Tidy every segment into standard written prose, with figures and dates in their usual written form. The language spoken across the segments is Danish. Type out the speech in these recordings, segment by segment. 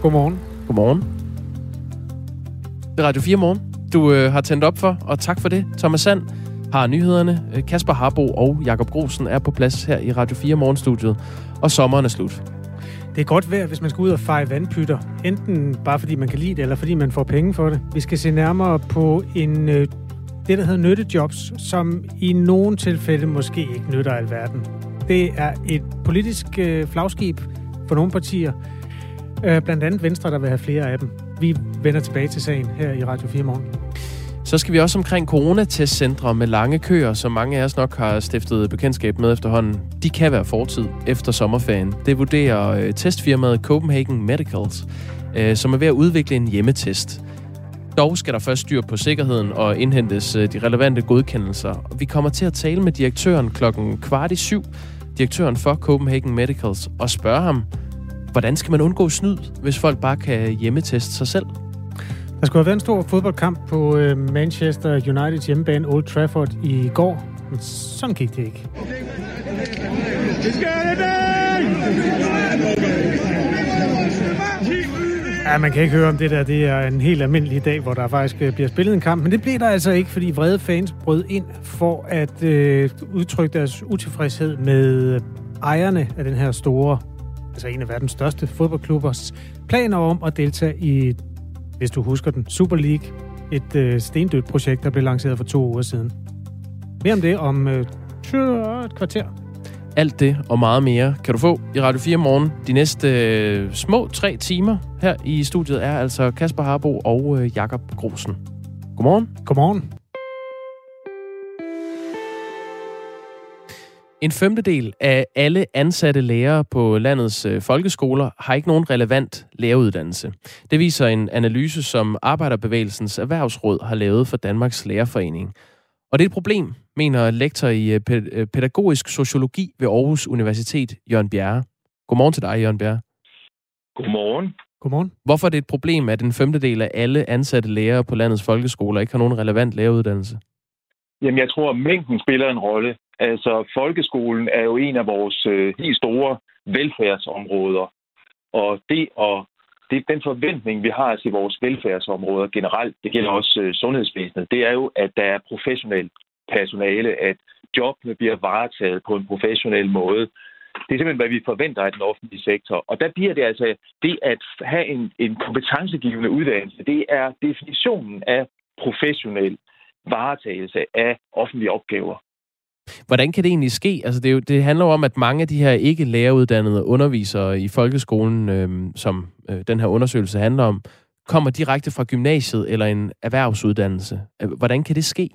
Godmorgen. Godmorgen. Det er Radio 4 Morgen. Du har tændt op for, og tak for det. Thomas Sand har nyhederne. Kasper Harbo og Jakob Grosen er på plads her i Radio 4 Morgenstudiet. Og sommeren er slut. Det er godt vejr, hvis man skal ud og feje vandpytter. Enten bare fordi man kan lide det, eller fordi man får penge for det. Vi skal se nærmere på det, der hedder nyttejobs, som i nogle tilfælde måske ikke nytter alverden. Det er et politisk flagskib for nogle partier. Blandt andet Venstre, der vil have flere af dem. Vi vender tilbage til sagen her i Radio 4 Morgen. Så skal vi også omkring coronatestcentre med lange køer, som mange af os nok har stiftet bekendtskab med efterhånden. De kan være fortid efter sommerferien. Det vurderer testfirmaet Copenhagen Medicals, som er ved at udvikle en hjemmetest. Dog skal der først styr på sikkerheden og indhentes de relevante godkendelser. Vi kommer til at tale med direktøren 6:15, direktøren for Copenhagen Medicals, og spørge ham, hvordan skal man undgå snyd, hvis folk bare kan hjemmeteste sig selv? Der skulle have været en stor fodboldkamp på Manchester Uniteds hjemmebane Old Trafford i går, men sådan gik det ikke. Ja, man kan ikke høre om det der. Det er en helt almindelig dag, hvor der faktisk bliver spillet en kamp. Men det blev der altså ikke, fordi vrede fans brød ind for at udtrykke deres utilfredshed med ejerne af den her store, altså en af verdens største fodboldklubbers planer om at deltage i, hvis du husker den, Super League. Et stendødt projekt, der blev lanceret for 2 uger siden. Mere om det om et kvarter. Alt det og meget mere kan du få i Radio 4 Morgen. De næste små 3 timer her i studiet er altså Kasper Harbo og Jakob Grosen. Godmorgen. Godmorgen. En 1/5 af alle ansatte lærere på landets folkeskoler har ikke nogen relevant læreruddannelse. Det viser en analyse, som Arbejderbevægelsens Erhvervsråd har lavet for Danmarks Lærerforening. Og det er et problem, mener lektor i pædagogisk sociologi ved Aarhus Universitet, Jørgen Bjerre. Godmorgen til dig, Jørgen Bjerre. Godmorgen. Godmorgen. Hvorfor er det et problem, at en 1/5 af alle ansatte lærere på landets folkeskoler ikke har nogen relevant læreruddannelse? Jamen, jeg tror, at mængden spiller en rolle. Altså, folkeskolen er jo en af vores helt store velfærdsområder. Og den forventning, vi har til vores velfærdsområder generelt, det gælder også sundhedsvæsenet, det er jo, at der er professionelt personale, at jobbene bliver varetaget på en professionel måde. Det er simpelthen, hvad vi forventer af den offentlige sektor. Og der bliver det altså, det at have en kompetencegivende uddannelse, det er definitionen af professionel varetagelse af offentlige opgaver. Hvordan kan det egentlig ske? Altså det handler jo om, at mange af de her ikke læreruddannede undervisere i folkeskolen, som den her undersøgelse handler om, kommer direkte fra gymnasiet eller en erhvervsuddannelse. Hvordan kan det ske?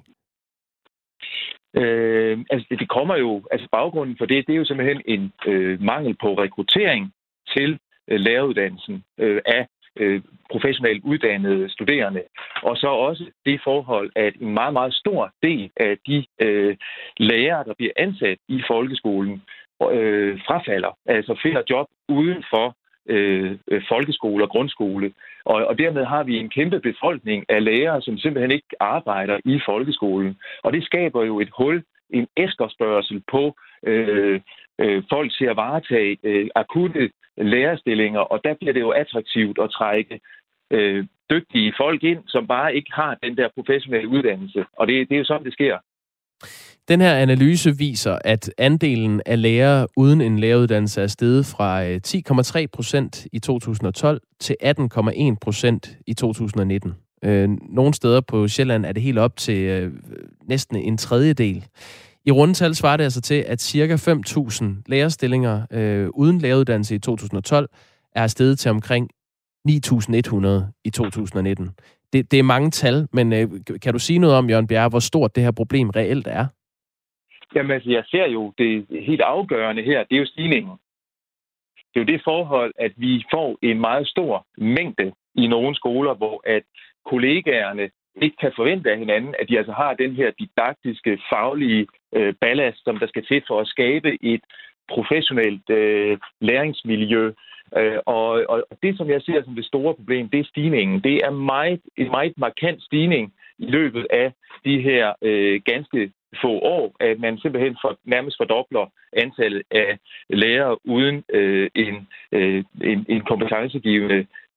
Det kommer jo, baggrunden for det er jo simpelthen en mangel på rekruttering til læreruddannelsen af professionelt uddannede studerende. Og så også det forhold, at en meget, meget stor del af de lærere, der bliver ansat i folkeskolen, frafalder, altså finder job uden for folkeskole og grundskole. Og dermed har vi en kæmpe befolkning af lærere, som simpelthen ikke arbejder i folkeskolen. Og det skaber jo et hul, en efterspørgsel på folk til at varetage akutte lærerstillinger, og der bliver det jo attraktivt at trække dygtige folk ind, som bare ikke har den der professionelle uddannelse. Og det er jo sådan, det sker. Den her analyse viser, at andelen af lærere uden en læreruddannelse er steget fra 10,3% i 2012 til 18,1% i 2019. Nogle steder på Sjælland er det helt op til næsten en tredjedel. I rundetal svarer det altså til, at ca. 5.000 lærerstillinger uden læreruddannelse i 2012 er steget til omkring 9.100 i 2019. Det er mange tal, men kan du sige noget om, Jørgen Bjerre, hvor stort det her problem reelt er? Jamen altså, jeg ser jo det helt afgørende her, det er jo stigningen. Det er jo det forhold, at vi får en meget stor mængde i nogle skoler, hvor at kollegaerne ikke kan forvente af hinanden, at de altså har den her didaktiske, faglige ballast, som der skal til for at skabe et professionelt læringsmiljø. Og det, som jeg ser som det store problem, det er stigningen. Det er en meget markant stigning i løbet af de her ganske få år, at man simpelthen nærmest fordobler antallet af lærere uden en kompetencegivende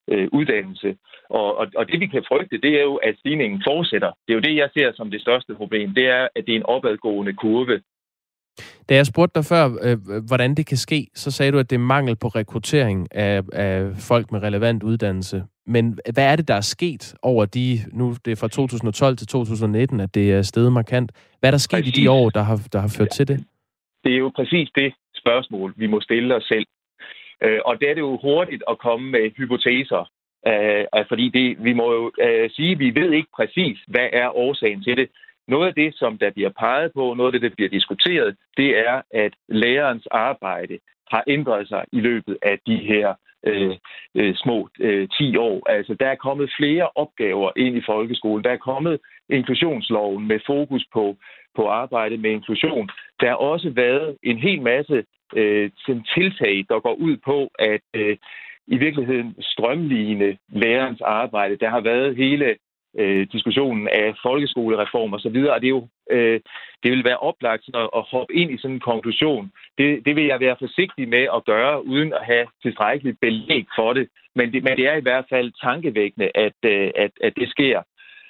uddannelse. Og det, vi kan frygte, det er jo, at stigningen fortsætter. Det er jo det, jeg ser som det største problem. Det er, at det er en opadgående kurve. Da jeg spurgte dig før, hvordan det kan ske, så sagde du, at det er mangel på rekruttering af folk med relevant uddannelse. Men hvad er det, der er sket over nu det er fra 2012 til 2019, at det er steget markant? Hvad er der sket i de år, der har ført til det? Det er jo præcis det spørgsmål, vi må stille os selv. Og det er det jo hurtigt at komme med hypoteser. Fordi vi må jo sige, at vi ved ikke præcis, hvad er årsagen til det. Noget af det, som der bliver peget på, noget af det, der bliver diskuteret, det er, at lærerens arbejde har ændret sig i løbet af de her små 10 år. Altså, der er kommet flere opgaver ind i folkeskolen. Der er kommet inklusionsloven med fokus på arbejde med inklusion. Der har også været en hel masse tiltag, der går ud på at i virkeligheden strømligne lærerens arbejde. Der har været hele diskussionen af folkeskolereform og så videre, og det vil være oplagt at hoppe ind i sådan en konklusion. Det vil jeg være forsigtig med at gøre, uden at have tilstrækkeligt belæg for det. Men det er i hvert fald tankevækkende, at det sker.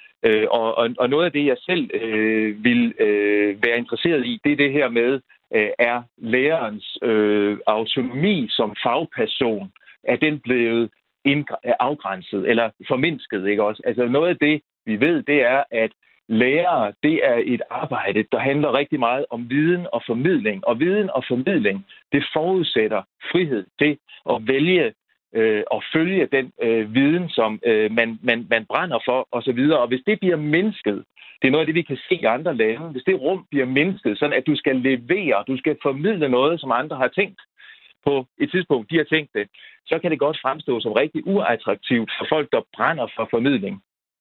Og noget af det, jeg selv vil være interesseret i, det er det her med, er lærerens autonomi som fagperson, er den blevet afgrænset eller formindsket, ikke også? Altså noget af det, vi ved, det er, at lærere, det er et arbejde, der handler rigtig meget om viden og formidling. Og viden og formidling, det forudsætter frihed til at vælge og følge den viden, som man brænder for, osv. Og hvis det bliver mindsket, det er noget af det, vi kan se i andre lande, hvis det rum bliver mindsket, sådan at du skal levere, du skal formidle noget, som andre har tænkt på et tidspunkt, de har tænkt det, så kan det godt fremstå som rigtig uattraktivt for folk, der brænder for formidling.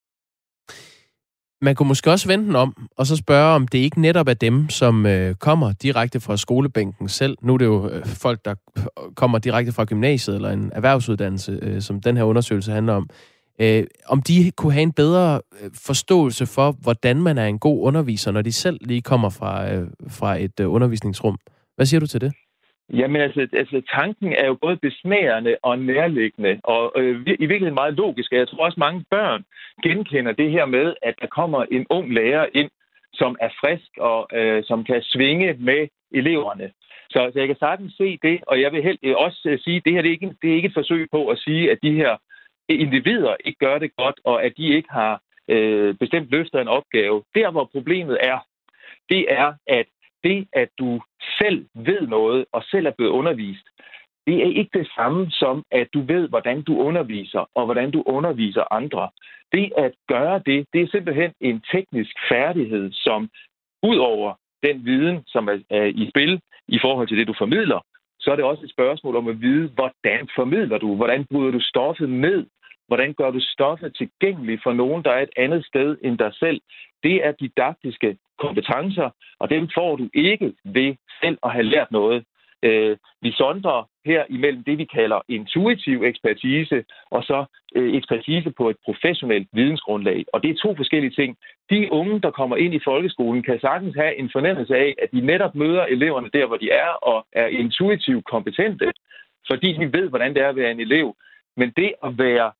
Man kunne måske også vende den om, og så spørge, om det ikke netop er dem, som kommer direkte fra skolebænken selv. Nu er det jo folk, der kommer direkte fra gymnasiet eller en erhvervsuddannelse, som den her undersøgelse handler om. Om de kunne have en bedre forståelse for, hvordan man er en god underviser, når de selv lige kommer fra et undervisningsrum. Hvad siger du til det? Jamen altså tanken er jo både besnærende og nærliggende, og i virkeligheden meget logisk. Jeg tror også, mange børn genkender det her med, at der kommer en ung lærer ind, som er frisk og som kan svinge med eleverne. Så jeg kan sagtens se det, og jeg vil også sige, at det her det er ikke et forsøg på at sige, at de her individer ikke gør det godt, og at de ikke har bestemt løftet en opgave. Der, hvor problemet er, det er, at du selv ved noget, og selv er blevet undervist, det er ikke det samme som, at du ved, hvordan du underviser, og hvordan du underviser andre. Det at gøre det er simpelthen en teknisk færdighed, som ud over den viden, som er i spil i forhold til det, du formidler, så er det også et spørgsmål om at vide, hvordan formidler du, hvordan bryder du stoffet ned, hvordan gør du stoffet tilgængeligt for nogen, der er et andet sted end dig selv. Det er didaktiske kompetencer, og dem får du ikke ved selv at have lært noget. Vi sondrer her imellem det, vi kalder intuitiv ekspertise, og så ekspertise på et professionelt vidensgrundlag. Og det er 2 forskellige ting. De unge, der kommer ind i folkeskolen, kan sagtens have en fornemmelse af, at de netop møder eleverne der, hvor de er, og er intuitivt kompetente, fordi de ved, hvordan det er at være en elev. Men det at være,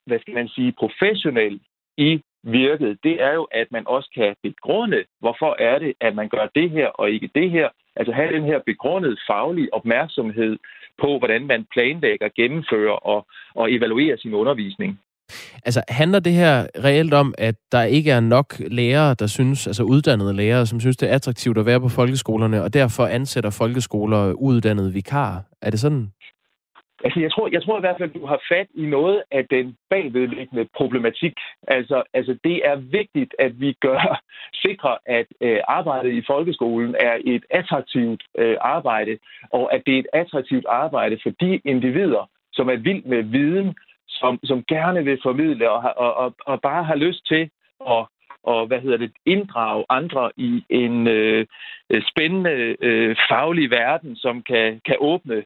professionel i virket, det er jo, at man også kan begrunde, hvorfor er det, at man gør det her og ikke det her. Altså have den her begrundet faglige opmærksomhed på, hvordan man planlægger, gennemfører og evaluerer sin undervisning. Altså handler det her reelt om, at der ikke er nok lærere, der synes, altså uddannede lærere, som synes, det er attraktivt at være på folkeskolerne, og derfor ansætter folkeskoler uddannede vikarer? Er det sådan? Altså, jeg tror i hvert fald, du har fat i noget af den bagvedliggende problematik. Altså det er vigtigt, at vi sikrer, at arbejdet i folkeskolen er et attraktivt arbejde, og at det er et attraktivt arbejde for de individer, som er vild med viden, som gerne vil formidle og bare har lyst til at inddrage andre i en spændende faglig verden, som kan åbne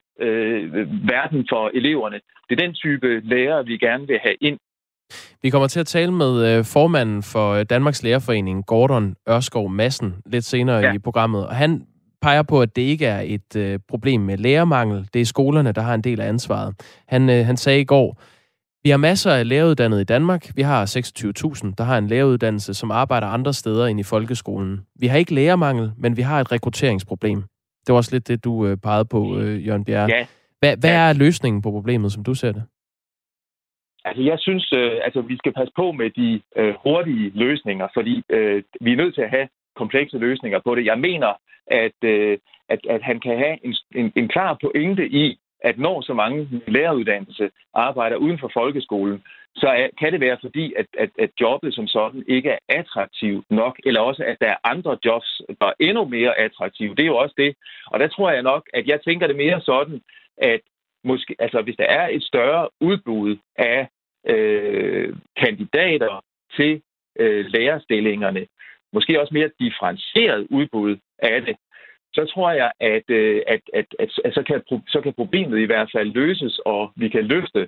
verden for eleverne. Det er den type lærere, vi gerne vil have ind. Vi kommer til at tale med formanden for Danmarks Lærerforening, Gordon Ørskov Madsen, lidt senere i programmet. Og han peger på, at det ikke er et problem med lærermangel. Det er skolerne, der har en del af ansvaret. Han sagde i går, Vi har masser af læreruddannede i Danmark. Vi har 26.000, der har en læreruddannelse, som arbejder andre steder end i folkeskolen. Vi har ikke lærermangel, men vi har et rekrutteringsproblem. Det var også lidt det, du pegede på, Jørgen Bjerre. Ja. Hvad er løsningen på problemet, som du ser det? Altså, jeg synes, vi skal passe på med de hurtige løsninger, fordi vi er nødt til at have komplekse løsninger på det. Jeg mener, at han kan have en klar pointe i, at når så mange læreruddannelse arbejder uden for folkeskolen, så kan det være fordi, at jobbet som sådan ikke er attraktivt nok, eller også at der er andre jobs, der er endnu mere attraktive. Det er jo også det. Og der tror jeg nok, at jeg tænker det mere sådan, at måske, altså hvis der er et større udbud af kandidater til lærerstillingerne, måske også mere differentieret udbud af det, så tror jeg, at så kan problemet i hvert fald løses, og vi kan løfte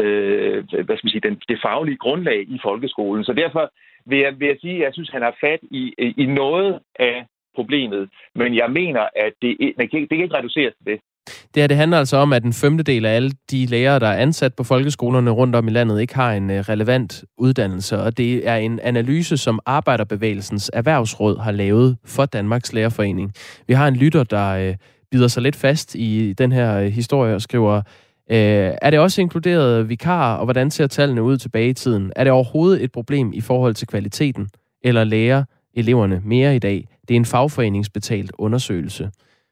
det faglige grundlag i folkeskolen. Så derfor vil jeg sige, at jeg synes, han har fat i noget af problemet, men jeg mener, at det kan ikke reduceres til det. Det handler altså om, at en femtedel af alle de lærere, der er ansat på folkeskolerne rundt om i landet, ikke har en relevant uddannelse, og det er en analyse, som Arbejderbevægelsens Erhvervsråd har lavet for Danmarks Lærerforening. Vi har en lytter, der bider sig lidt fast i den her historie og skriver, er det også inkluderet vikarer, og hvordan ser tallene ud tilbage i tiden? Er det overhovedet et problem i forhold til kvaliteten, eller lærer eleverne mere i dag? Det er en fagforeningsbetalt undersøgelse.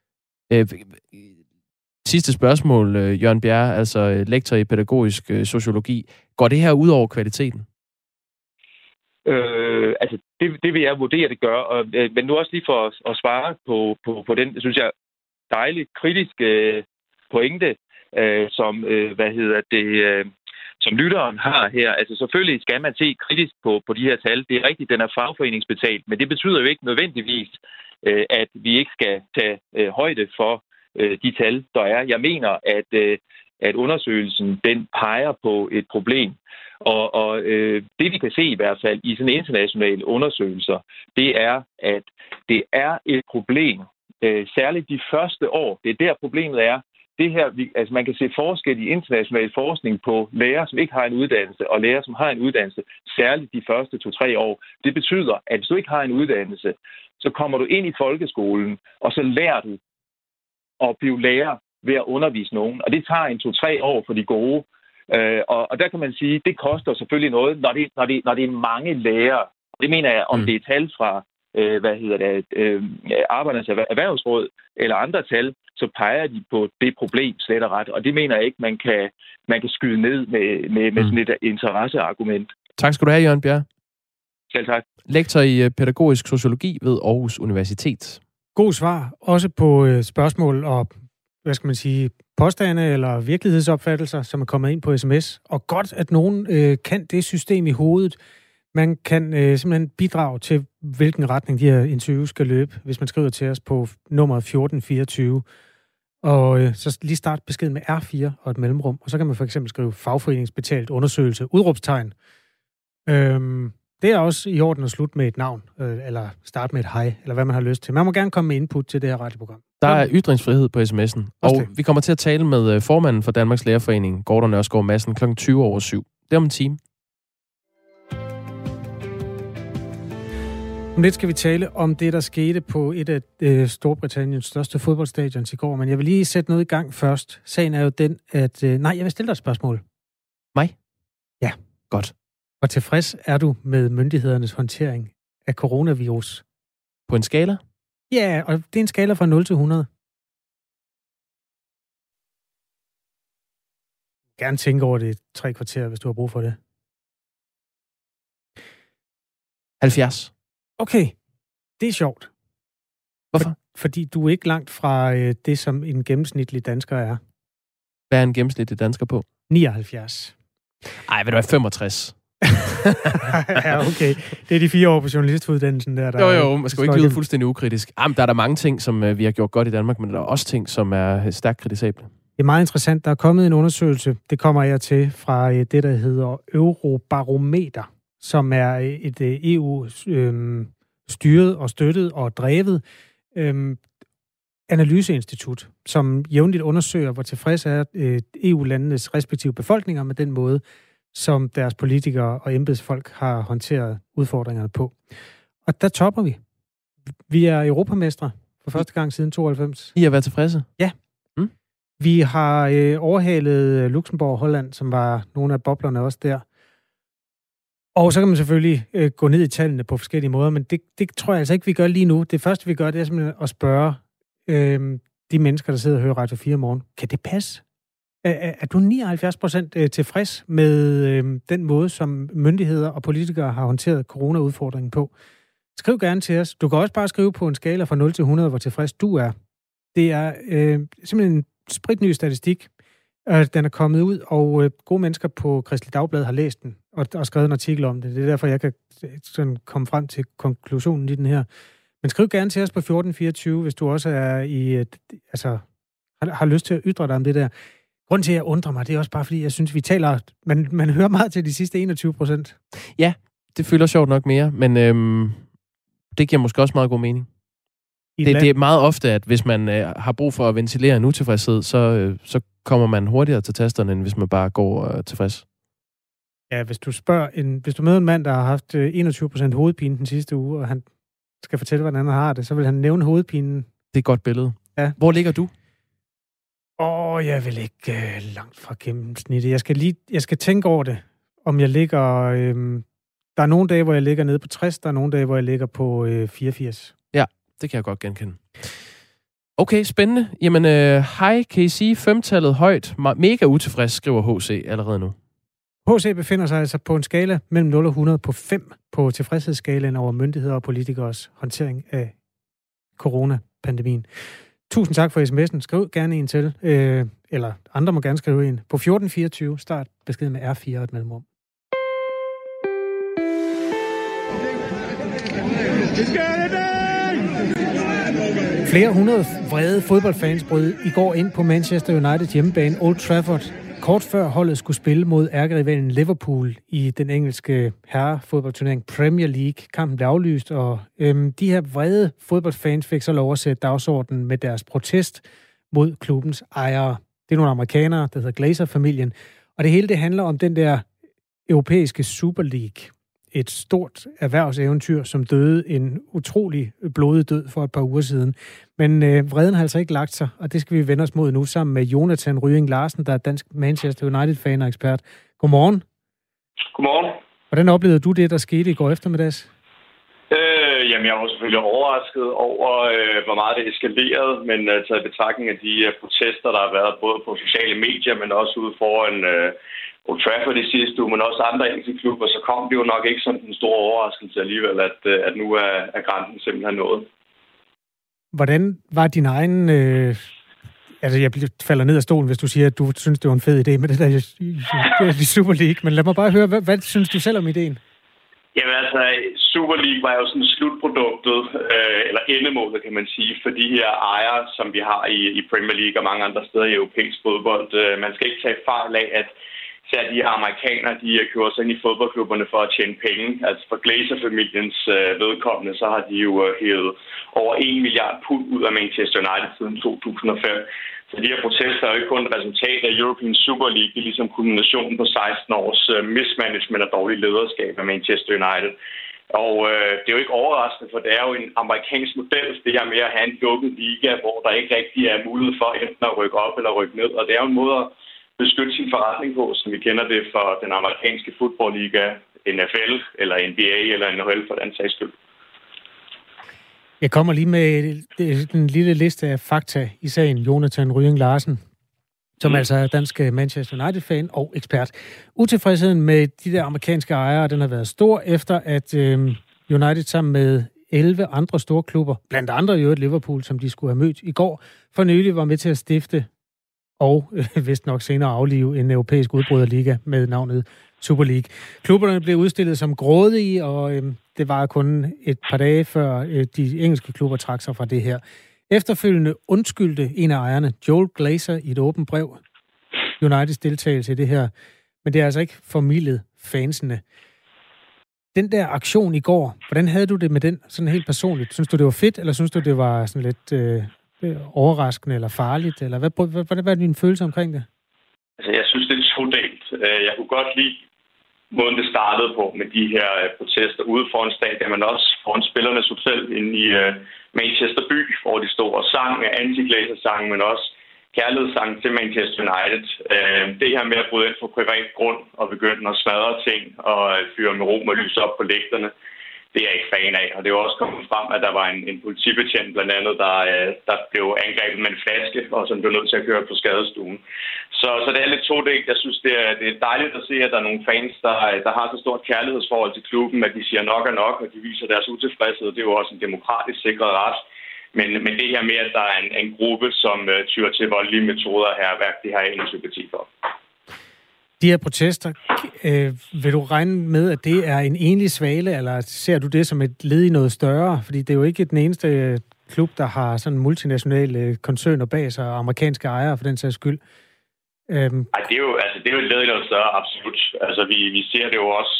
Sidste spørgsmål, Jørgen Bjerre, altså lektor i pædagogisk sociologi. Går det her ud over kvaliteten? Det vil jeg vurdere, det gør. Men nu også lige for at svare på den, synes jeg, dejligt kritiske pointe, som lytteren har her. Altså selvfølgelig skal man se kritisk på de her tal. Det er rigtigt, den er fagforeningsbetalt, men det betyder jo ikke nødvendigvis, at vi ikke skal tage højde for de tal, der er. Jeg mener, at undersøgelsen, den peger på et problem. Og det, vi kan se i hvert fald i sådan internationale undersøgelser, det er, at det er et problem. Særligt de første år. Det er der, problemet er. Det her, man kan se forskel i international forskning på lærere, som ikke har en uddannelse, og lærere, som har en uddannelse, særligt de første 2-3 år. Det betyder, at hvis du ikke har en uddannelse, så kommer du ind i folkeskolen, og så lærer du at blive lærer ved at undervise nogen. Og det tager 2-3 år for de gode. Og der kan man sige, det koster selvfølgelig noget, når det er mange lærere. Det mener jeg, om det er tal fra Arbejdernes Erhvervsråd eller andre tal, så peger de på det problem slet og ret. Og det mener jeg ikke, man kan skyde ned med sådan et interesseargument. Tak skal du have, Jørgen Bjerre. Selv tak. Lektor i pædagogisk sociologi ved Aarhus Universitet. God svar, også på spørgsmål og, påstande eller virkelighedsopfattelser, som er kommet ind på sms. Og godt, at nogen kan det system i hovedet. Man kan simpelthen bidrage til, hvilken retning de her interviews skal løbe, hvis man skriver til os på nummer 1424. Og så lige start besked med R4 og et mellemrum. Og så kan man for eksempel skrive fagforeningsbetalt undersøgelse, udråbstegn. Det er også i orden at slutte med et navn, eller starte med et hej, eller hvad man har lyst til. Man må gerne komme med input til det her radioprogram. Der er ytringsfrihed på sms'en, og vi kommer til at tale med formanden for Danmarks Lærerforening, Gordon Nørskov Madsen, kl. 7:20. Det er om en time. Om lidt skal vi tale om det, der skete på et af Storbritanniens største fodboldstadions i går, men jeg vil lige sætte noget i gang først. Sagen er jo den, at... jeg vil stille dig et spørgsmål. Mig? Ja. Godt. Hvor tilfreds er du med myndighedernes håndtering af coronavirus? På en skala? Ja, og det er en skala fra 0 til 100. Gerne tænke over det 3 kvarter, hvis du har brug for det. 70. Okay, det er sjovt. Hvorfor? Fordi du er ikke langt fra det, som en gennemsnitlig dansker er. Hvad er en gennemsnitlig dansker på? 79. Ej, vil du være 65? Ja, okay. Det er de 4 år på journalistuddannelsen der. Jo, man skal jo ikke lyde fuldstændig ukritisk. Der er der mange ting, som vi har gjort godt i Danmark, men der er også ting, som er stærkt kritisable. Det er meget interessant. Der er kommet en undersøgelse, det kommer jeg til, fra det, der hedder Eurobarometer, som er et EU-styret og støttet og drevet analyseinstitut, som jævnligt undersøger, hvor tilfreds er EU-landenes respektive befolkninger med den måde, som deres politikere og embedsfolk har håndteret udfordringerne på. Og der topper vi. Vi er europamestre for første gang siden 92. I har været tilfredse? Ja. Vi har overhalet Luxembourg og Holland, som var nogle af boblerne også der. Og så kan man selvfølgelig gå ned i tallene på forskellige måder, men det tror jeg altså ikke, vi gør lige nu. Det første, vi gør, det er simpelthen at spørge de mennesker, der sidder og hører Radio 4 i morgen. Kan det passe? Er du 79% tilfreds med den måde, som myndigheder og politikere har håndteret corona-udfordringen på? Skriv gerne til os. Du kan også bare skrive på en skala fra 0 til 100, hvor tilfreds du er. Det er simpelthen en spritny statistik. Den er kommet ud, og gode mennesker på Kristeligt Dagblad har læst den og skrevet en artikel om det. Det er derfor, jeg kan sådan komme frem til konklusionen i den her. Men skriv gerne til os på 1424, hvis du også er har lyst til at ytre dig om det der. Grunden til, at jeg undrer mig, det er også bare, fordi jeg synes, vi taler... Man hører meget til de sidste 21%. Ja, det føler sjovt nok mere, men det giver måske også meget god mening. Det er meget ofte, at hvis man har brug for at ventilere en utilfredshed, så kommer man hurtigere til tasterne, end hvis man bare går tilfreds. Ja, hvis du møder en mand, der har haft 21% hovedpine den sidste uge, og han skal fortælle, hvordan han har det, så vil han nævne hovedpinen. Det er et godt billede. Ja. Hvor ligger du? Jeg vil ikke langt fra gennemsnittet. Jeg skal tænke over det, om jeg ligger... der er nogle dage, hvor jeg ligger nede på 60, der er nogle dage, hvor jeg ligger på 84. Ja, det kan jeg godt genkende. Okay, spændende. Jamen, hej, kan I sige 5-tallet højt? Mega utilfreds, skriver H.C. allerede nu. H.C. befinder sig altså på en skala mellem 0 og 100 på 5 på tilfredshedsskalaen over myndigheder og politikers håndtering af coronapandemien. Tusind tak for sms'en. Skriv gerne en til, eller andre må gerne skrive en. På 1424, start besked med R4 og et mellemrum. Flere hundrede vrede fodboldfans brød i går ind på Manchester United hjemmebane Old Trafford, kort før holdet skulle spille mod ærkerivalen Liverpool i den engelske herrefodboldturnering Premier League. Kampen blev aflyst, og de her vrede fodboldfans fik så lov at sætte dagsordenen med deres protest mod klubbens ejere. Det er nogle amerikanere, der hedder Glazer-familien, og det hele det handler om den der europæiske Super League. Et stort erhvervseventyr, som døde en utrolig blodig død for et par uger siden. Men vreden har altså ikke lagt sig, og det skal vi vende os mod nu sammen med Jonathan Ryging Larsen, der er dansk Manchester United-fan og ekspert. Godmorgen. Godmorgen. Hvordan oplevede du det, der skete i går eftermiddags? Jamen, jeg var selvfølgelig overrasket over, hvor meget det eskalerede, men taget i betragtning af de protester, der har været både på sociale medier, men også ude foran Old Trafford i sidste uge, men også andre engelske klubber, så kom det jo nok ikke som en stor overraskelse alligevel, at nu er grænsen simpelthen nået. Hvordan var din egen... jeg falder ned af stolen, hvis du siger, at du synes, det var en fed idé med det der i Super League, men lad mig bare høre, hvad synes du selv om ideen? Jamen altså, Super League var jo sådan slutproduktet, eller endemålet, kan man sige, for de her ejere, som vi har i Premier League og mange andre steder i europæisk fodbold. Man skal ikke tage fejl af, at de her amerikanere, de kører sig ind i fodboldklubberne for at tjene penge. Altså for Glazer-familiens vedkommende, så har de jo hævet over 1 milliard pund ud af Manchester United siden 2005. Så de her protester er jo ikke kun et resultat af European Super League, det er ligesom kulminationen på 16 års mismanagement og dårlig lederskab af Manchester United. Og det er jo ikke overraskende, for det er jo en amerikansk model, det her med at have en lukket liga, hvor der ikke rigtig er mulighed for enten at rykke op eller rykke ned. Og det er jo en måde at beskytte sin forretning på, som vi kender det for den amerikanske fodboldliga, NFL eller NBA eller NHL for den sags skyld. Jeg kommer lige med en lille liste af fakta i sagen, Jonathan Ryging Larsen, som altså er dansk Manchester United-fan og ekspert. Utilfredsheden med de der amerikanske ejere, den har været stor, efter at United sammen med 11 andre store klubber, blandt andre jo et Liverpool, som de skulle have mødt i går, for nylig var med til at stifte og vist nok senere aflive en europæisk udbryderliga med navnet Super League. Klubberne blev udstillet som grådige, og det var kun et par dage før de engelske klubber trak sig fra det her. Efterfølgende undskyldte en af ejerne, Joel Glazer, i et åbent brev Uniteds deltagelse i det her, men det er altså ikke formidlet fansene. Den der aktion i går, hvordan havde du det med den sådan helt personligt? Synes du, det var fedt, eller synes du, det var sådan lidt overraskende eller farligt? Eller hvad var din følelse omkring det? Altså, jeg synes, det er todelt. Jeg kunne godt lide måden det startede på med de her protester ude foran stadion, men også foran spillernes hotel inde i Manchester by, hvor de stod og sang anti-Glazer-sang, men også kærlighedssang til Manchester United. Det her med at bryde ind på privat grund og begynde at smadre ting og fyre med rom og lyse op på lægterne, det er jeg ikke fan af. Og det er jo også kommet frem, at der var en politibetjent blandt andet, der blev angrebet med en flaske, og som blev nødt til at køre på skadestuen. Så det er lidt todelt. Jeg synes, det er dejligt at se, at der er nogle fans, der har så stort kærlighedsforhold til klubben, at de siger nok er nok, og de viser deres utilfredshed. Det er jo også en demokratisk sikret ret. Men det her med, at der er en gruppe, som tyr til voldelige metoder her, det har jeg ingen sympati for. De her protester, vil du regne med, at det er en enlig svale, eller ser du det som et led i noget større? Fordi det er jo ikke den eneste klub, der har sådan multinationale koncerner bag sig, og amerikanske ejere for den sags skyld. Nej, det er jo et led i noget større, absolut. Altså, vi ser det jo også...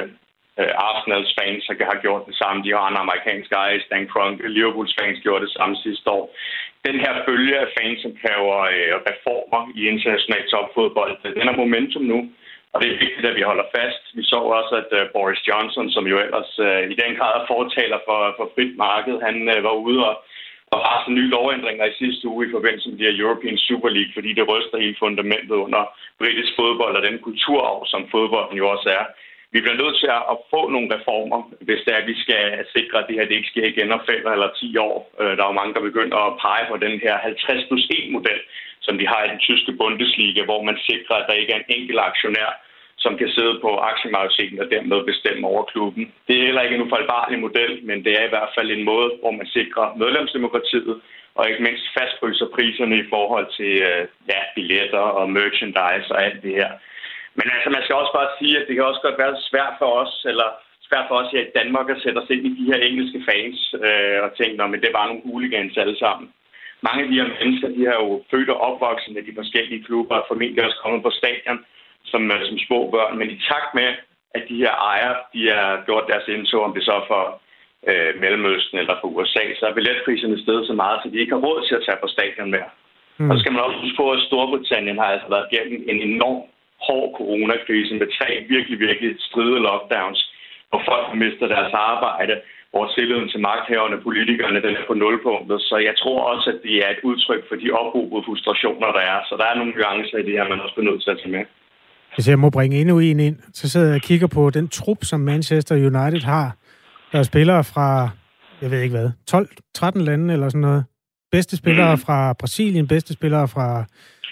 Arsenals fans har gjort det samme. De har andre amerikanske ejere, Stan Kroenke. Liverpools fans gjorde det samme sidste år. Den her bølge af fans, som kræver reformer i international topfodbold, den er momentum nu, og det er vigtigt, at vi holder fast. Vi så også, at Boris Johnson, som jo ellers i den grad er fortaler for frit marked, han var ude og har sådan nye lovændringer i sidste uge i forbindelse med de her European Super League, fordi det ryster hele fundamentet under britisk fodbold og den kulturarv, som fodbolden jo også er. Vi bliver nødt til at få nogle reformer, hvis det er, at vi skal sikre, at det her det ikke sker igen om 5 eller 10 år. Der er jo mange, der begynder at pege på den her 50+1-model, som de har i den tyske Bundesliga, hvor man sikrer, at der ikke er en enkelt aktionær, som kan sidde på aktiemajoriteten og dermed bestemme over klubben. Det er heller ikke en ufejlbarlig model, men det er i hvert fald en måde, hvor man sikrer medlemsdemokratiet, og ikke mindst fastfryser priserne i forhold til billetter og merchandise og alt det her. Men altså, man skal også bare sige, at det kan også godt være svært for os her i Danmark at sætte os ind i de her engelske fans og tænke, men det var nogle hooligans alle sammen. Mange af de her mennesker, de har jo født og opvokset med de forskellige klubber, og formentlig også kommet på stadion som små børn. Men i takt med, at de her ejere, de har gjort deres indtog, om det så for Mellemøsten eller for USA, så er billetpriserne steget så meget, så de ikke har råd til at tage på stadion mere. Og så skal man også huske på, at Storbritannien har altså været gennem en enorm hård coronakrise med 3 virkelig, virkelig stride lockdowns, hvor folk har mistet deres arbejde, hvor tilliden til magthaverne og politikerne den er på nulpunktet. Så jeg tror også, at det er et udtryk for de ophobede frustrationer, der er. Så der er nogle nuancer i det her, man også bliver nødt til at tage med. Hvis jeg må bringe endnu en ind, så sidder jeg og kigger på den trup, som Manchester United har. Der er spillere fra, jeg ved ikke hvad, 12-13 lande eller sådan noget. Bedste spillere fra Brasilien, bedste spillere fra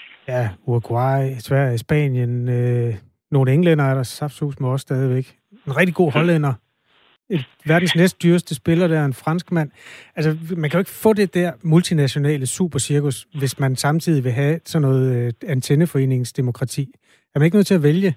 Uruguay, Sverige, Spanien, nogle englænder er der saftsus med også stadigvæk. En rigtig god hollænder. Verdens næstdyreste spiller, der er en franskmand. Altså, man kan jo ikke få det der multinationale supercirkus, hvis man samtidig vil have sådan noget antenneforeningsdemokrati. Er man ikke nødt til at vælge?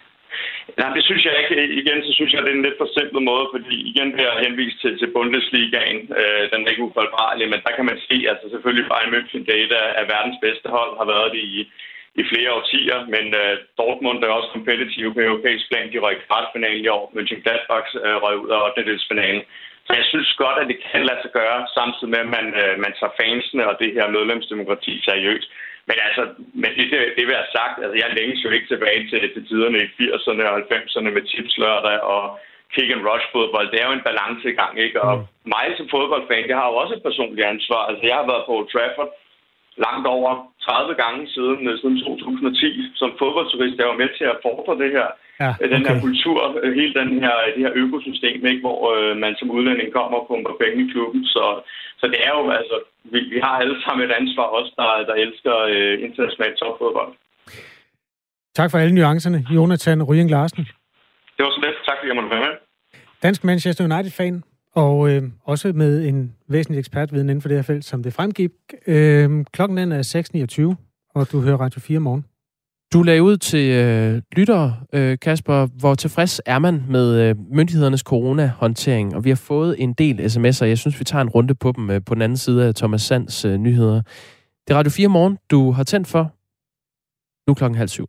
Nej, det synes jeg ikke. Igen, så synes jeg, det er en lidt for simpel måde, fordi igen vil jeg henvise til Bundesligaen. Den er ikke ufejlbarlig, men der kan man se, altså selvfølgelig Bayern München, det er verdens bedste hold, har været det i flere årtier, men Dortmund er også kompetitiv på europæisk plan. De røg i kvartfinalen i år. Mönchengladbach røg ud af 8-delsfinalen. Så jeg synes godt, at det kan lade sig gøre, samtidig med, at man tager fansene og det her medlemsdemokrati seriøst. Men altså, det vil jeg sagt, altså jeg længes jo ikke tilbage til tiderne i 80'erne og 90'erne med tipslørdag og kick and rush fodbold. Det er jo en balancegang, ikke? Og mig som fodboldfan, det har jo også et personligt ansvar. Altså jeg har været på Old Trafford langt over 30 gange siden 2010 som fodboldturist. Jeg var med til at fordre det her. Den her kultur, hele det her økosystem, ikke, hvor man som udlænding kommer og pumper penge i klubben. Så det er jo, altså, vi har alle sammen et ansvar, også der elsker international topfodbold. Tak for alle nuancerne, Jonathan Ryen Larsen. Det var så lidt. Tak fordi jeg måtte være med. Dansk Manchester United-fan, og også med en væsentlig ekspertviden inden for det her felt, som det fremgik. Klokken er 6:29, og du hører Radio 4 morgen. Du lagde ud til lyttere, Kasper. Hvor tilfreds er man med myndighedernes coronahåndtering? Og vi har fået en del sms'er. Jeg synes, vi tager en runde på dem på den anden side af Thomas Sands nyheder. Det er Radio 4 morgen, du har tændt for. Nu klokken 6:30.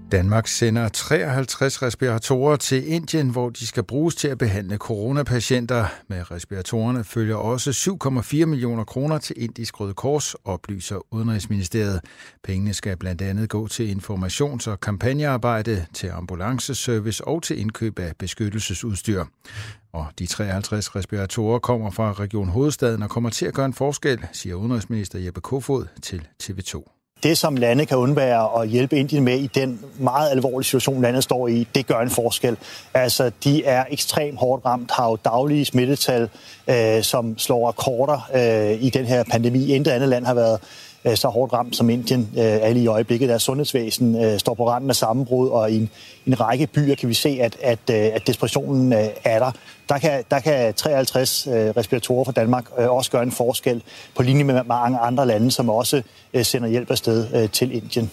Danmark sender 53 respiratorer til Indien, hvor de skal bruges til at behandle coronapatienter. Med respiratorerne følger også 7,4 millioner kroner til Indisk Røde Kors, oplyser Udenrigsministeriet. Pengene skal blandt andet gå til informations- og kampagnearbejde, til ambulanceservice og til indkøb af beskyttelsesudstyr. Og de 53 respiratorer kommer fra Region Hovedstaden og kommer til at gøre en forskel, siger udenrigsminister Jeppe Kofod til TV2. Det, som landet kan undvære at hjælpe Indien med i den meget alvorlige situation, landet står i, det gør en forskel. Altså, de er ekstremt hårdt ramt, har jo daglige smittetal, som slår rekorder i den her pandemi. Intet andet land har været så hårdt ramt som Indien alle i øjeblikket. Deres sundhedsvæsen står på randen af sammenbrud, og i en række byer kan vi se, at desperationen er der. Der kan 53 respiratorer fra Danmark også gøre en forskel på linje med mange andre lande, som også sender hjælp afsted til Indien.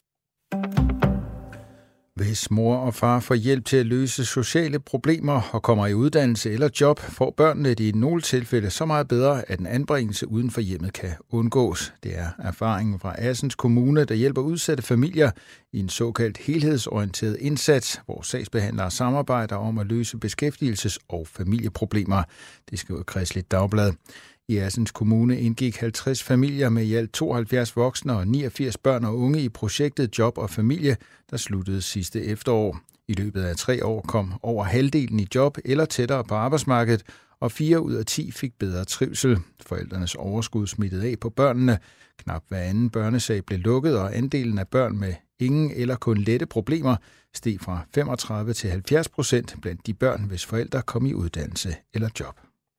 Hvis mor og far får hjælp til at løse sociale problemer og kommer i uddannelse eller job, får børnene det i nogle tilfælde så meget bedre, at en anbringelse uden for hjemmet kan undgås. Det er erfaringen fra Assens Kommune, der hjælper udsatte familier i en såkaldt helhedsorienteret indsats, hvor sagsbehandlere samarbejder om at løse beskæftigelses- og familieproblemer. Det skriver Kristeligt Dagblad. I Assens Kommune indgik 50 familier med i alt 72 voksne og 89 børn og unge i projektet Job og Familie, der sluttede sidste efterår. I løbet af 3 år kom over halvdelen i job eller tættere på arbejdsmarkedet, og 4 ud af 10 fik bedre trivsel. Forældrenes overskud smittede af på børnene. Knap hver anden børnesag blev lukket, og andelen af børn med ingen eller kun lette problemer steg fra 35 til 70% blandt de børn, hvis forældre kom i uddannelse eller job.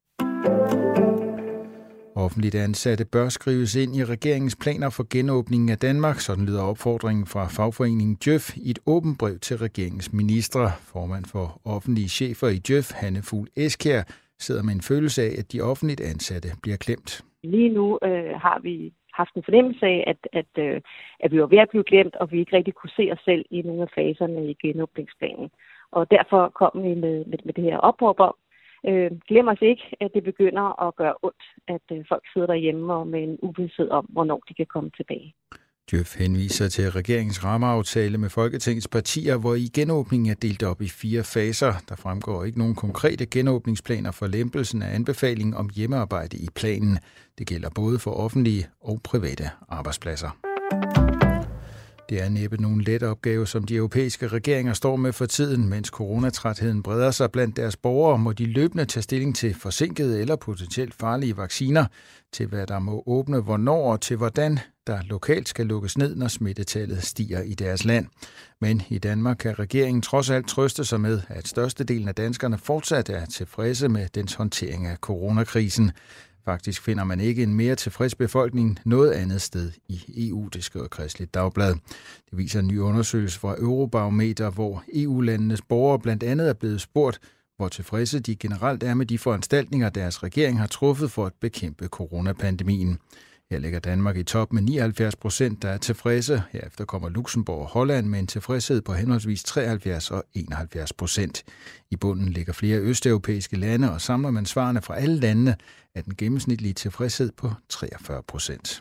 Offentligt ansatte bør skrives ind i regeringens planer for genåbningen af Danmark, sådan lyder opfordringen fra fagforeningen Djøf i et åbent brev til regeringens ministre. Formand for offentlige chefer i Djøf, Hanne Fugl Eskjær, sidder med en følelse af, at de offentligt ansatte bliver glemt. Lige nu har vi haft en fornemmelse af, at vi var ved at blive glemt, og vi ikke rigtig kunne se os selv i nogle af faserne i genåbningsplanen. Og derfor kom vi med det her opråb om, glem os ikke, at det begynder at gøre ondt, at folk sidder derhjemme og med en uvidsthed om, hvornår de kan komme tilbage. Djøf henviser til regeringens rammeaftale med Folketingets partier, hvor i genåbningen er delt op i 4 faser. Der fremgår ikke nogen konkrete genåbningsplaner for lempelsen af anbefalingen om hjemmearbejde i planen. Det gælder både for offentlige og private arbejdspladser. Det er næppe nogen let opgave, som de europæiske regeringer står med for tiden. Mens coronatrætheden breder sig blandt deres borgere, må de løbende tage stilling til forsinkede eller potentielt farlige vacciner, til hvad der må åbne hvornår og til hvordan der lokalt skal lukkes ned, når smittetallet stiger i deres land. Men i Danmark kan regeringen trods alt trøste sig med, at størstedelen af danskerne fortsat er tilfredse med dens håndtering af coronakrisen. Faktisk finder man ikke en mere tilfreds befolkning noget andet sted i EU, det skriver Kristeligt Dagblad. Det viser en ny undersøgelse fra Eurobarometer, hvor EU-landenes borgere blandt andet er blevet spurgt, hvor tilfredse de generelt er med de foranstaltninger, deres regering har truffet for at bekæmpe coronapandemien. Her ligger Danmark i top med 79%, der er tilfredse. Herefter kommer Luxembourg og Holland med en tilfredshed på henholdsvis 73 og 71%. I bunden ligger flere østeuropæiske lande, og samler man svarene fra alle landene, er den gennemsnitlige tilfredshed på 43%.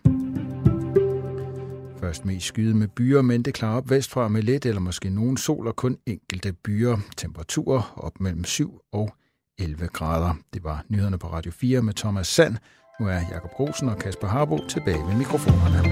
Først mest skyet med byer, men det klarer op vestfra med lidt eller måske nogen sol og kun enkelte byer. Temperaturer op mellem 7 og 11 grader. Det var nyhederne på Radio 4 med Thomas Sand. Nu er Jakob Grosen og Kasper Harbo tilbage ved mikrofonerne.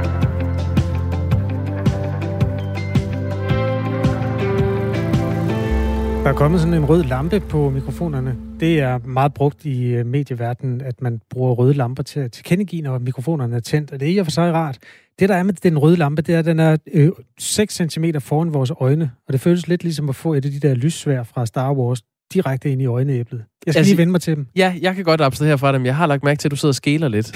Der er kommet sådan en rød lampe på mikrofonerne. Det er meget brugt i medieverdenen, at man bruger røde lamper til at tilkendegive, når mikrofonerne er tændt. Og det er i og for sig rart. Det, der er med den røde lampe, det er, at den er 6 cm foran vores øjne. Og det føles lidt ligesom at få et af de der lyssværd fra Star Wars direkte ind i øjenæblet. Jeg skal lige vende mig til dem. Ja, jeg kan godt abstrahere fra dem. Jeg har lagt mærke til, at du sidder og skæler lidt.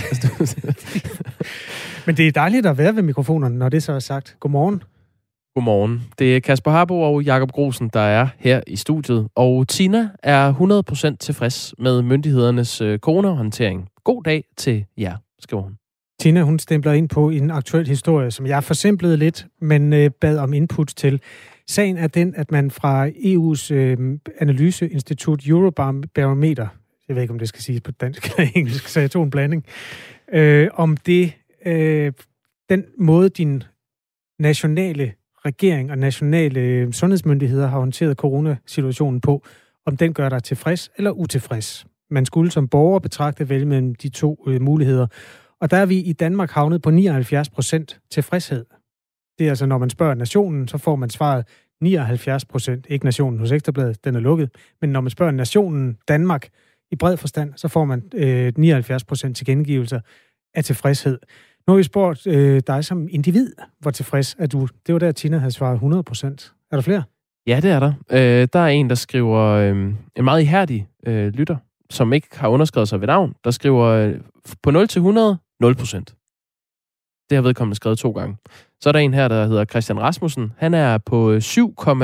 Men det er dejligt at være ved mikrofonerne, når det så er sagt. Godmorgen. Godmorgen. Det er Kasper Harbo og Jakob Grosen, der er her i studiet. Og Tina er 100% tilfreds med myndighedernes coronahåndtering. God dag til jer, skriver hun. Tina, hun stempler ind på en aktuel historie, som jeg forsimplede lidt, men bad om input til. Sagen er den, at man fra EU's analyseinstitut Eurobarometer, jeg ved ikke, om det skal siges på dansk eller engelsk, så jeg tog en blanding, om det, den måde, din nationale regering og nationale sundhedsmyndigheder har håndteret coronasituationen på, om den gør dig tilfreds eller utilfreds. Man skulle som borger betragte vel mellem de to muligheder. Og der er vi i Danmark havnet på 79% tilfredshed. Det er altså, når man spørger nationen, så får man svaret 79%. Ikke nationen hos Ekstrabladet, den er lukket. Men når man spørger nationen Danmark i bred forstand, så får man 79% tilkendegivelser af tilfredshed. Nu har vi spurgt dig som individ, hvor tilfreds er du? Det var der, Tina havde svaret 100%. Er der flere? Ja, det er der. Der er en, der skriver en meget ihærdig lytter, som ikke har underskrevet sig ved navn, der skriver på 0 til 100, 0%. Det har vedkommende skrevet 2 gange. Så er der en her, der hedder Christian Rasmussen. Han er på 7,2%,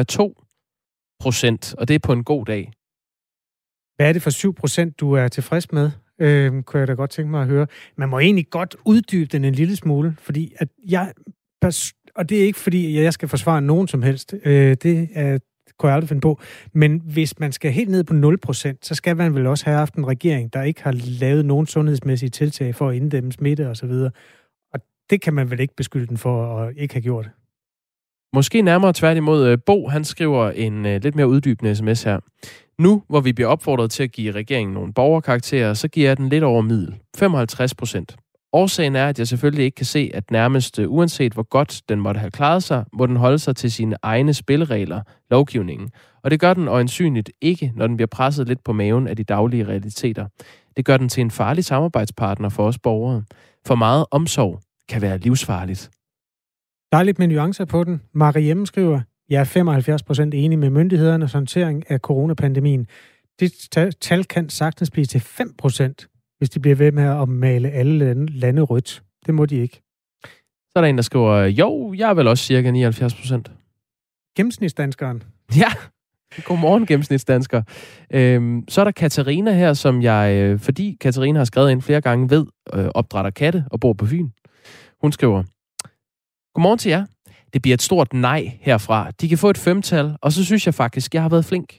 og det er på en god dag. Hvad er det for 7%, du er tilfreds med? Kunne jeg da godt tænke mig at høre. Man må egentlig godt uddybe den en lille smule, fordi at og det er ikke fordi, jeg skal forsvare nogen som helst. Det kunne jeg aldrig finde på. Men hvis man skal helt ned på 0%, så skal man vel også have haft en regering, der ikke har lavet nogen sundhedsmæssige tiltag for at inddæmme smitte osv. Og det kan man vel ikke beskylde den for at ikke have gjort. Måske nærmere tværtimod. Bo, han skriver en lidt mere uddybende sms her. Nu, hvor vi bliver opfordret til at give regeringen nogle borgerkarakterer, så giver jeg den lidt over middel. 55%. Årsagen er, at jeg selvfølgelig ikke kan se, at nærmest uanset hvor godt den måtte have klaret sig, må den holde sig til sine egne spilleregler, lovgivningen. Og det gør den øjensynligt ikke, når den bliver presset lidt på maven af de daglige realiteter. Det gør den til en farlig samarbejdspartner for os borgere. For meget omsorg kan være livsfarligt. Dejligt med nuancer på den. Mariem skriver, jeg er 75% enig med myndighedernes håndtering af coronapandemien. Det tal kan sagtens blive til 5%, hvis de bliver ved med at male alle lande rødt. Det må de ikke. Så er der en, der skriver, jo, jeg er vel også cirka 79%. Gennemsnitsdanskeren. Ja, godmorgen gennemsnitsdansker. Så er der Katarina her, som jeg, fordi Katarina har skrevet ind flere gange, ved opdrætter katte og bor på Fyn. Hun skriver, godmorgen til jer. Det bliver et stort nej herfra. De kan få et 5-tal, og så synes jeg faktisk, jeg har været flink.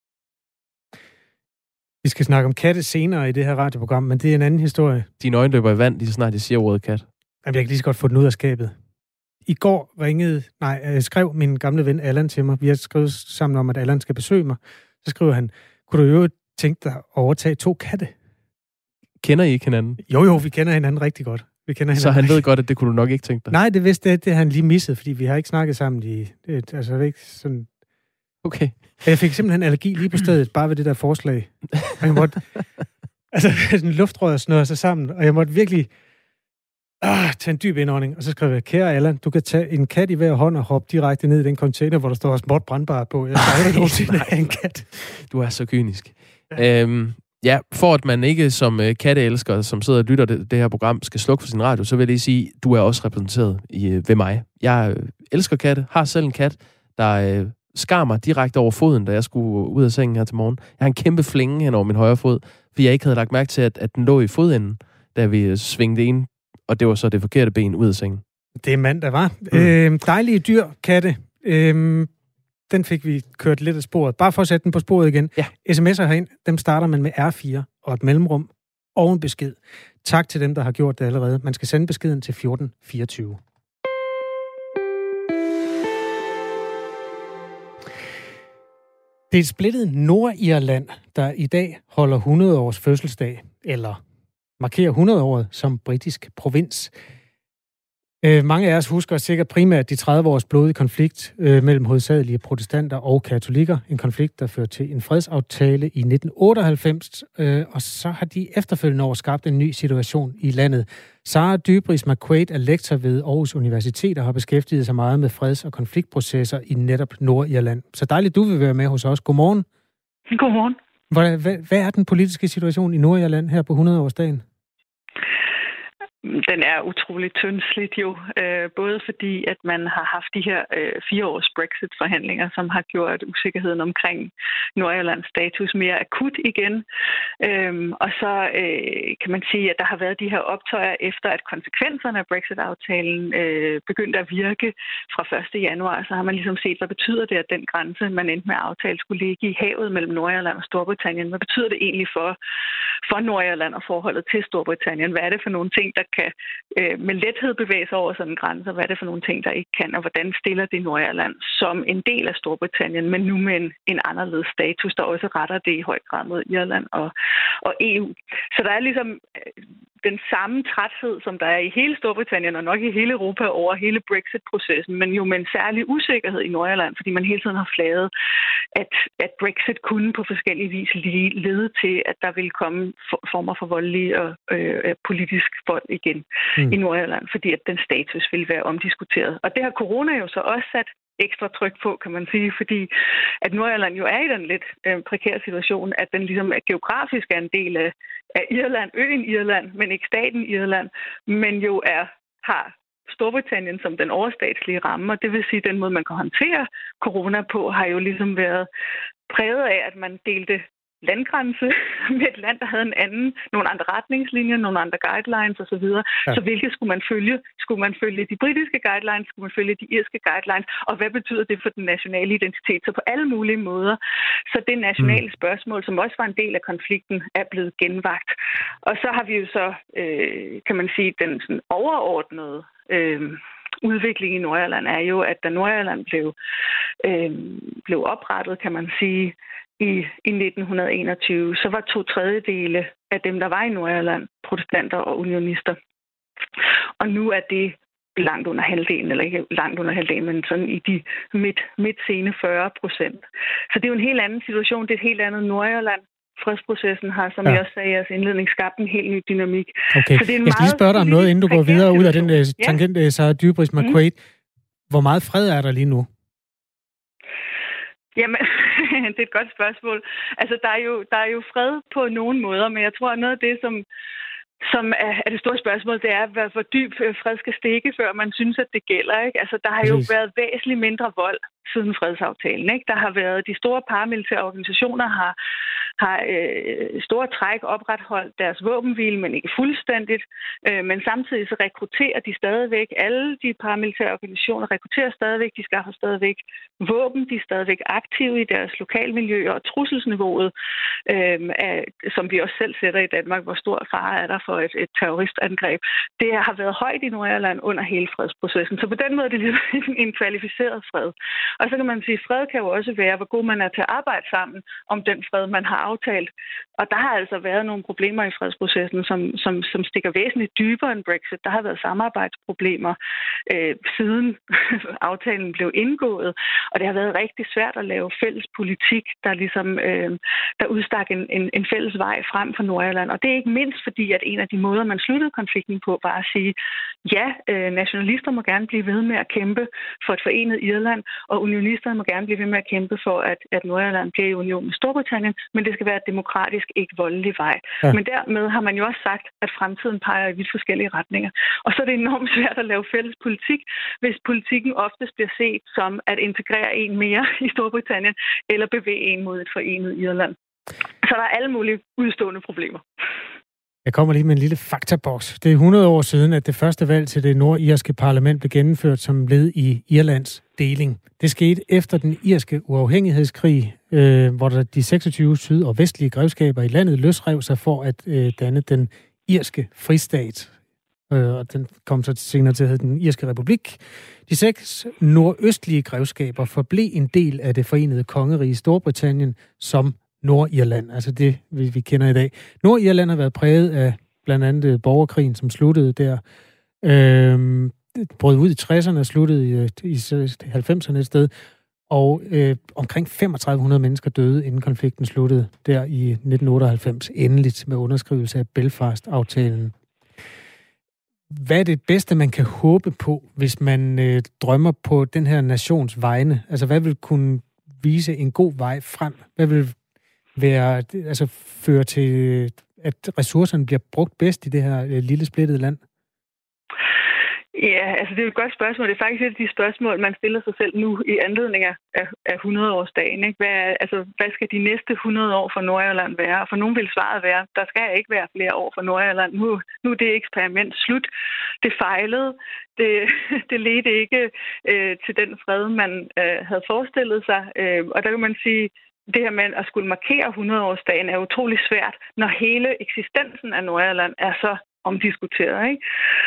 Vi skal snakke om katte senere i det her radioprogram, men det er en anden historie. Dine øjne løber i vand, lige så snart de siger ordet kat. Jamen, jeg kan lige så godt få den ud af skabet. I går skrev min gamle ven Allan til mig. Vi har skrevet sammen om, at Allan skal besøge mig. Så skriver han, kunne du jo tænke dig at overtage 2 katte? Kender I ikke hinanden? Jo, vi kender hinanden rigtig godt. Så han ved godt, at det kunne du nok ikke tænke dig? Nej, det vidste det har han lige misset, fordi vi har ikke snakket sammen altså det er ikke sådan... Okay. Jeg fik simpelthen allergi lige på stedet, bare ved det der forslag. Og jeg måtte... sådan luftrøret snører sig sammen, og jeg måtte virkelig tage en dyb indånding. Og så skrev jeg, kære Allan, du kan tage en kat i hver hånd og hoppe direkte ned i den container, hvor der står småt brandbar på. Jeg skal aldrig nogensinde have en kat. Du er så kynisk. Ja. For at man ikke som katteelsker, som sidder og lytter det her program, skal slukke for sin radio, så vil jeg lige sige, du er også repræsenteret ved mig. Jeg elsker katte, har selv en kat, der skar mig direkte over foden, da jeg skulle ud af sengen her til morgen. Jeg har en kæmpe flænge hen over min højre fod, fordi jeg ikke havde lagt mærke til, at den lå i fodenden, da vi svingede ind, og det var så det forkerte ben ud af sengen. Det er mandag, var. Dejlige dyr, katte. Den fik vi kørt lidt af sporet. Bare for at sætte den på sporet igen. Ja. SMS'er herind, dem starter man med R4 og et mellemrum og en besked. Tak til dem, der har gjort det allerede. Man skal sende beskeden til 1424. Det er et splittet Nordirland, der i dag holder 100 års fødselsdag, eller markerer 100-året som britisk provins. Mange af os husker sikkert primært de 30 års blodige konflikt mellem hovedsagelige protestanter og katolikker. En konflikt, der førte til en fredsaftale i 1998, og så har de efterfølgende år skabt en ny situation i landet. Sarah Dybris McQuaid er lektor ved Aarhus Universitet og har beskæftiget sig meget med freds- og konfliktprocesser i netop Nordirland. Så dejligt, du vil være med hos os. Godmorgen. Godmorgen. Hvad er den politiske situation i Nordirland her på 100-årsdagen? Den er utroligt tyndsligt jo, både fordi, at man har haft de her 4 års Brexit-forhandlinger, som har gjort usikkerheden omkring Nordirlands status mere akut igen. Og så kan man sige, at der har været de her optøjer efter, at konsekvenserne af Brexit-aftalen begyndte at virke fra 1. januar. Så har man ligesom set, hvad betyder det, at den grænse, man endte med at aftale, skulle ligge i havet mellem Nordirland og Storbritannien. Hvad betyder det egentlig for Nordirland og forholdet til Storbritannien? Hvad er det for nogle ting, der kan med lethed bevæge sig over sådan en grænse, og hvad er det for nogle ting, der ikke kan, og hvordan stiller det Nordirland som en del af Storbritannien, men nu med en anderledes status, der også retter det i høj grad mod Irland og EU. Så der er ligesom den samme træthed, som der er i hele Storbritannien og nok i hele Europa over hele Brexit-processen, men jo med en særlig usikkerhed i Nordirland, fordi man hele tiden har flaget, at Brexit kunne på forskellige vis lede til, at der ville komme former for voldelig og politisk vold igen i Nordirland, fordi at den status ville være omdiskuteret. Og det har corona jo så også sat ekstra tryk på, kan man sige, fordi at Nordirland jo er i den lidt prekære situation, at den ligesom geografisk er en del af Irland, øen Irland, men ikke staten Irland, men jo har Storbritannien som den overstatslige ramme, og det vil sige, at den måde, man kan håndtere corona på, har jo ligesom været præget af, at man delte landgrænse med et land, der havde nogle andre retningslinjer, nogle andre guidelines osv. Ja. Så hvilke skulle man følge? Skulle man følge de britiske guidelines? Skulle man følge de irske guidelines? Og hvad betyder det for den nationale identitet? Så på alle mulige måder. Så det nationale spørgsmål, som også var en del af konflikten, er blevet genvagt. Og så har vi jo så, kan man sige, den sådan overordnede udvikling i Nordirland er jo, at da Nordirland blev oprettet, kan man sige, i 1921, så var 2/3 af dem, der var i Nordirland, protestanter og unionister. Og nu er det langt under halvdelen, eller ikke langt under halvdelen, men sådan i de midt-sene 40%. Så det er jo en helt anden situation, det er et helt andet Nordirland. Fredsprocessen har, som jeg også sagde i jeres indledning, skabt en helt ny dynamik. Okay, så det er jeg skal lige spørge dig om noget, inden du går videre ud af den tangent, Sarah Dybrys McQuaid. Hvor meget fred er der lige nu? Jamen, det er et godt spørgsmål. Altså, der er jo fred på nogle måder, men jeg tror, at noget af det, som er det store spørgsmål, det er, hvor dyb fred skal stikke, før man synes, at det gælder. Ikke? Altså, der har jo været væsentligt mindre vold siden fredsaftalen. Ikke? Der har været de store paramilitære organisationer har store træk opretholdt deres våbenhvile, men ikke fuldstændigt. Men samtidig så rekrutterer de stadigvæk, alle de paramilitære organisationer rekrutterer stadigvæk, de skaffer stadigvæk våben, de er stadigvæk aktive i deres lokalmiljøer, og trusselsniveauet, som vi også selv sætter i Danmark, hvor stor fare er der for et terroristangreb, det har været højt i Nordirland under hele fredsprocessen. Så på den måde er det ligesom en kvalificeret fred. Og så kan man sige, at fred kan jo også være, hvor god man er til at arbejde sammen om den fred, man har aftalt. Og der har altså været nogle problemer i fredsprocessen, som stikker væsentligt dybere end Brexit. Der har været samarbejdsproblemer siden aftalen blev indgået, og det har været rigtig svært at lave fælles politik, der ligesom der udstak en fælles vej frem for Nordirland. Og det er ikke mindst fordi, at en af de måder, man sluttede konflikten på, var at sige, ja, nationalister må gerne blive ved med at kæmpe for et forenet Irland, og unionisterne må gerne blive ved med at kæmpe for, at Nordirland bliver i union med Storbritannien, men det skal være et demokratisk, ikke voldelig vej. Ja. Men dermed har man jo også sagt, at fremtiden peger i vidt forskellige retninger. Og så er det enormt svært at lave fælles politik, hvis politikken oftest bliver set som at integrere en mere i Storbritannien, eller bevæge en mod et forenet Irland. Så der er alle mulige udstående problemer. Jeg kommer lige med en lille faktaboks. Det er 100 år siden, at det første valg til det nordirske parlament blev gennemført som led i Irlands deling. Det skete efter den irske uafhængighedskrig, hvor der de 26 syd- og vestlige grevskaber i landet løsrev sig for at danne den irske fristat. Og den kom så senere til at hedde den irske republik. De 6 nordøstlige grevskaber forblev en del af det forenede kongerige Storbritannien som Nordirland, altså det, vi kender i dag. Nordirland har været præget af blandt andet borgerkrigen, som sluttede der. Brød ud i 60'erne og sluttede i 90'erne et sted. Og omkring 3500 mennesker døde, inden konflikten sluttede der i 1998, endeligt med underskrivelse af Belfast-aftalen. Hvad er det bedste, man kan håbe på, hvis man drømmer på den her nations vegne? Altså, hvad vil kunne vise en god vej frem? Hvad vil føre til, at ressourcerne bliver brugt bedst i det her lille splittede land? Ja, altså det er jo et godt spørgsmål. Det er faktisk et af de spørgsmål, man stiller sig selv nu i anledning af 100-årsdagen. Ikke? Hvad skal de næste 100 år for Nordirland være? Og for nogen vil svaret være, der skal ikke være flere år for Nordirland. Nu er det eksperiment slut. Det fejlede. Det ledte ikke til den fred, man havde forestillet sig. Og der kan man sige, det her med at skulle markere 100-årsdagen er utrolig svært, når hele eksistensen af Nordirland er så omdiskuteret. Ikke?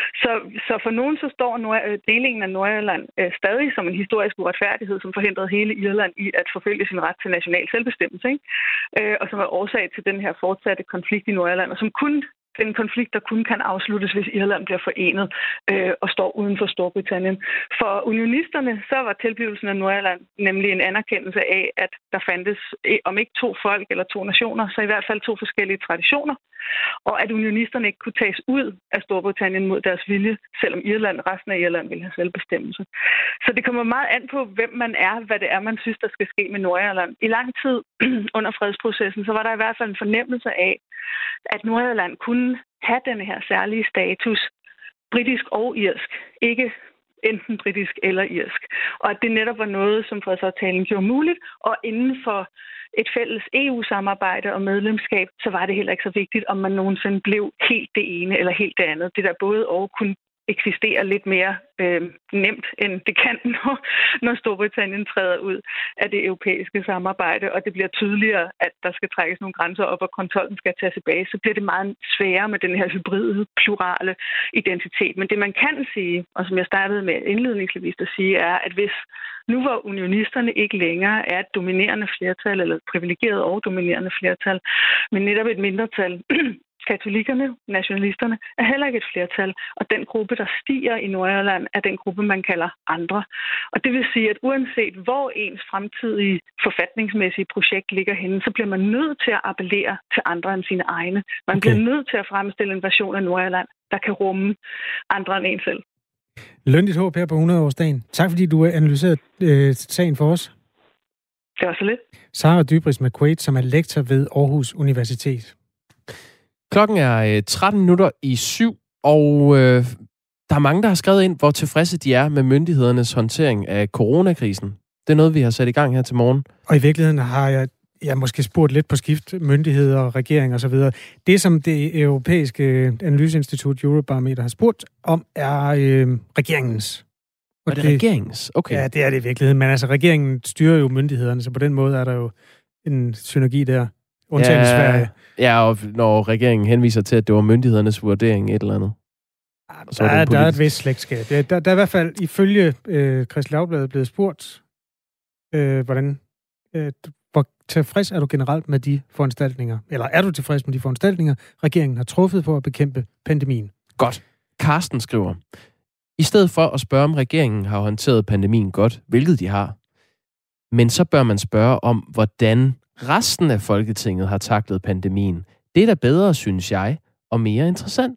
Så for nogen så står delingen af Nordjylland stadig som en historisk uretfærdighed, som forhindrede hele Irland i at forfølge sin ret til national selvbestemmelse, ikke? Og som er årsag til den her fortsatte konflikt i Nordjylland, og som en konflikt, der kun kan afsluttes, hvis Irland bliver forenet og står uden for Storbritannien. For unionisterne, så var tilblivelsen af Nordirland nemlig en anerkendelse af, at der fandtes, om ikke 2 folk eller 2 nationer, så i hvert fald 2 forskellige traditioner, og at unionisterne ikke kunne tages ud af Storbritannien mod deres vilje, selvom resten af Irland ville have selvbestemmelse. Så det kommer meget an på, hvem man er, hvad det er, man synes, der skal ske med Nordirland. I lang tid under fredsprocessen, så var der i hvert fald en fornemmelse af, at Nordirland kunne have denne her særlige status, britisk og irsk, ikke enten britisk eller irsk. Og at det netop var noget, som fredsaftalen gjorde muligt, og inden for et fælles EU-samarbejde og medlemskab, så var det heller ikke så vigtigt, om man nogensinde blev helt det ene eller helt det andet. Det der både og kunne eksistere lidt mere nemt, end det kan, når Storbritannien træder ud af det europæiske samarbejde, og det bliver tydeligere, at der skal trækkes nogle grænser op, og kontrollen skal tage tilbage, så bliver det meget sværere med den her hybride, plurale identitet. Men det, man kan sige, og som jeg startede med indledningsvis at sige, er, at hvis nu hvor unionisterne ikke længere er et dominerende flertal, eller privilegeret og dominerende flertal, men netop et mindretal, katolikkerne, nationalisterne, er heller ikke et flertal, og den gruppe, der stiger i Nordirland, er den gruppe, man kalder andre. Og det vil sige, at uanset hvor ens fremtidige forfatningsmæssige projekt ligger henne, så bliver man nødt til at appellere til andre end sine egne. Man bliver nødt til at fremstille en version af Nordirland, der kan rumme andre end en selv. Lønligt håb her på 100-årsdagen. Tak fordi du har analyseret sagen for os. Det var så lidt. Sara Dybris McQuaid, som er lektor ved Aarhus Universitet. Klokken er 7:13, og der er mange, der har skrevet ind, hvor tilfredse de er med myndighedernes håndtering af coronakrisen. Det er noget, vi har sat i gang her til morgen. Og i virkeligheden har jeg måske spurgt lidt på skift, myndigheder, regering og så videre. Det, som det europæiske analyseinstitut Eurobarometer har spurgt om, er regeringens. Er det regeringens? Okay. Ja, det er det i virkeligheden, men altså regeringen styrer jo myndighederne, så på den måde er der jo en synergi der. Undtagen Sverige. Ja, og når regeringen henviser til, at det var myndighedernes vurdering et eller andet. Der er et vist slægtskab. Der er i hvert fald ifølge Kristeligt Dagblad blevet spurgt, hvor tilfreds er du generelt med de foranstaltninger, eller er du tilfreds med de foranstaltninger, regeringen har truffet for at bekæmpe pandemien? Godt. Carsten skriver, i stedet for at spørge, om regeringen har håndteret pandemien godt, hvilket de har, men så bør man spørge om, hvordan resten af Folketinget har taklet pandemien. Det er da bedre, synes jeg, og mere interessant.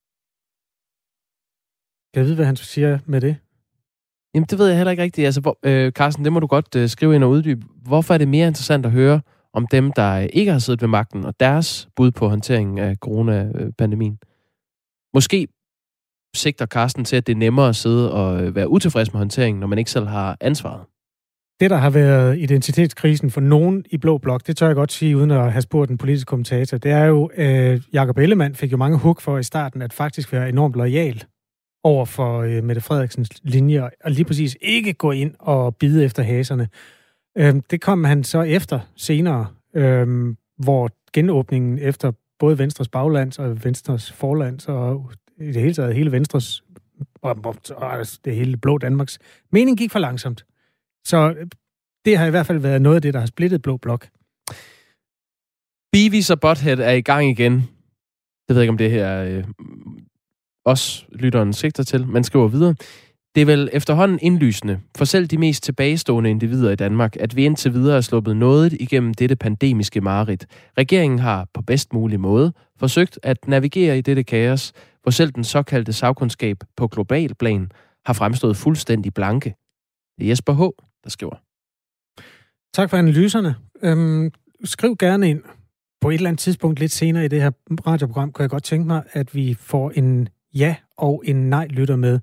Kan jeg vide, hvad han siger med det? Jamen, det ved jeg heller ikke rigtigt. Altså, Carsten, det må du godt skrive ind og uddybe. Hvorfor er det mere interessant at høre om dem, der ikke har siddet ved magten, og deres bud på håndteringen af coronapandemien? Måske sigter Carsten til, at det er nemmere at sidde og være utilfreds med håndteringen, når man ikke selv har ansvaret. Det, der har været identitetskrisen for nogen i Blå Blok, det tør jeg godt sige, uden at have spurgt en politisk kommentator, det er jo, Jakob Ellemann fik jo mange hug for i starten, at faktisk være enormt loyal over for Mette Frederiksens linje, og lige præcis ikke gå ind og bide efter haserne. Det kom han så efter senere, hvor genåbningen efter både Venstres baglands og Venstres forlands, og i det hele taget hele Venstres, og det hele Blå Danmarks mening gik for langsomt. Så det har i hvert fald været noget af det, der har splittet Blå Blok. Beavis og Butthead er i gang igen. Det ved jeg ikke, om det her os lytteren sigter til. Man skriver videre. Det er vel efterhånden indlysende for selv de mest tilbagestående individer i Danmark, at vi indtil videre er sluppet noget igennem dette pandemiske mareridt. Regeringen har på bedst mulig måde forsøgt at navigere i dette kaos, hvor selv den såkaldte sagkundskab på global plan har fremstået fuldstændig blanke. Det er Jesper H., der skriver. Tak for analyserne. Skriv gerne ind på et eller andet tidspunkt lidt senere i det her radioprogram, kunne jeg godt tænke mig, at vi får en ja og en nej-lytter med.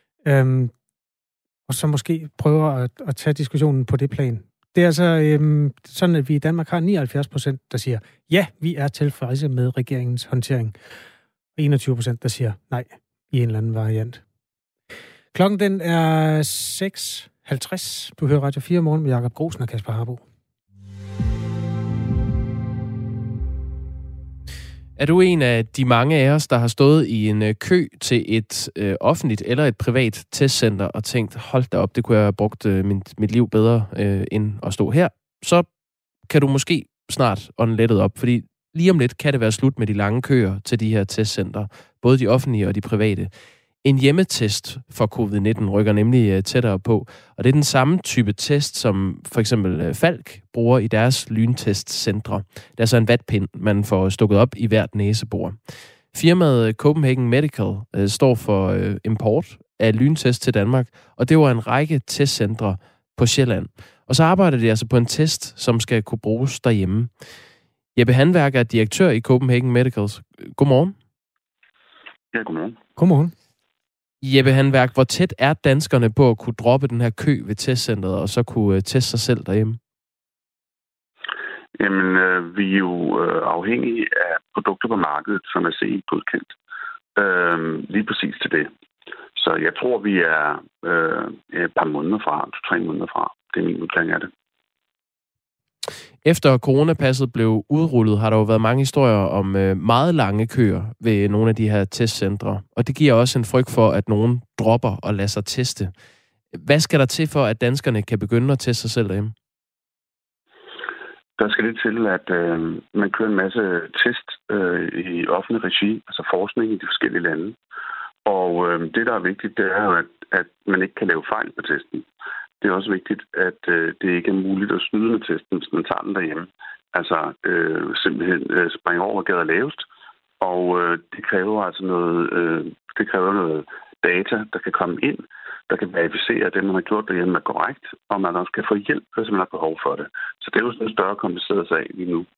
Og så måske prøver at tage diskussionen på det plan. Det er altså sådan, at vi i Danmark har 79%, der siger, ja, vi er tilfredse med regeringens håndtering. Og 21%, der siger nej i en eller anden variant. Klokken den er 6:50. Du hører Radio 4 morgen med Jakob Grosen og Kasper Harbo. Er du en af de mange af os, der har stået i en kø til et offentligt eller et privat testcenter og tænkt, hold da op, det kunne jeg have brugt mit liv bedre end at stå her? Så kan du måske snart ånde lettet op, fordi lige om lidt kan det være slut med de lange køer til de her testcenter, både de offentlige og de private. En hjemmetest for covid-19 rykker nemlig tættere på, og det er den samme type test, som for eksempel Falk bruger i deres lyntestcentre. Det er altså en vatpind, man får stukket op i hvert næsebor. Firmaet Copenhagen Medical står for import af lyntest til Danmark, og det var en række testcentre på Sjælland. Og så arbejder de altså på en test, som skal kunne bruges derhjemme. Jeppe Hanværk er direktør i Copenhagen Medicals. Godmorgen. Ja, godmorgen. Godmorgen. Jeppe Hanværk, hvor tæt er danskerne på at kunne droppe den her kø ved testcentret, og så kunne teste sig selv derhjemme? Jamen, vi er jo afhængige af produkter på markedet, som er CE-godkendt. Lige præcis til det. Så jeg tror, vi er et par måneder fra, 2-3 måneder fra. Det er min vurdering af det. Efter coronapasset blev udrullet, har der jo været mange historier om meget lange køer ved nogle af de her testcentre. Og det giver også en frygt for, at nogen dropper og lader sig teste. Hvad skal der til for, at danskerne kan begynde at teste sig selv derhjemme? Der skal det til, at man kører en masse test i offentlig regi, altså forskning i de forskellige lande. Og det, der er vigtigt, det er jo, at man ikke kan lave fejl på testen. Det er også vigtigt, at det ikke er muligt at snyde med testen, hvis man tager den derhjemme. Altså simpelthen springe over, hvad er lavest. Og det kræver altså noget data, der kan komme ind, der kan verificere, at det, man har gjort derhjemme, er korrekt, og man også kan få hjælp, hvis man har behov for det. Så det er jo sådan en større kompliceret sag lige nu.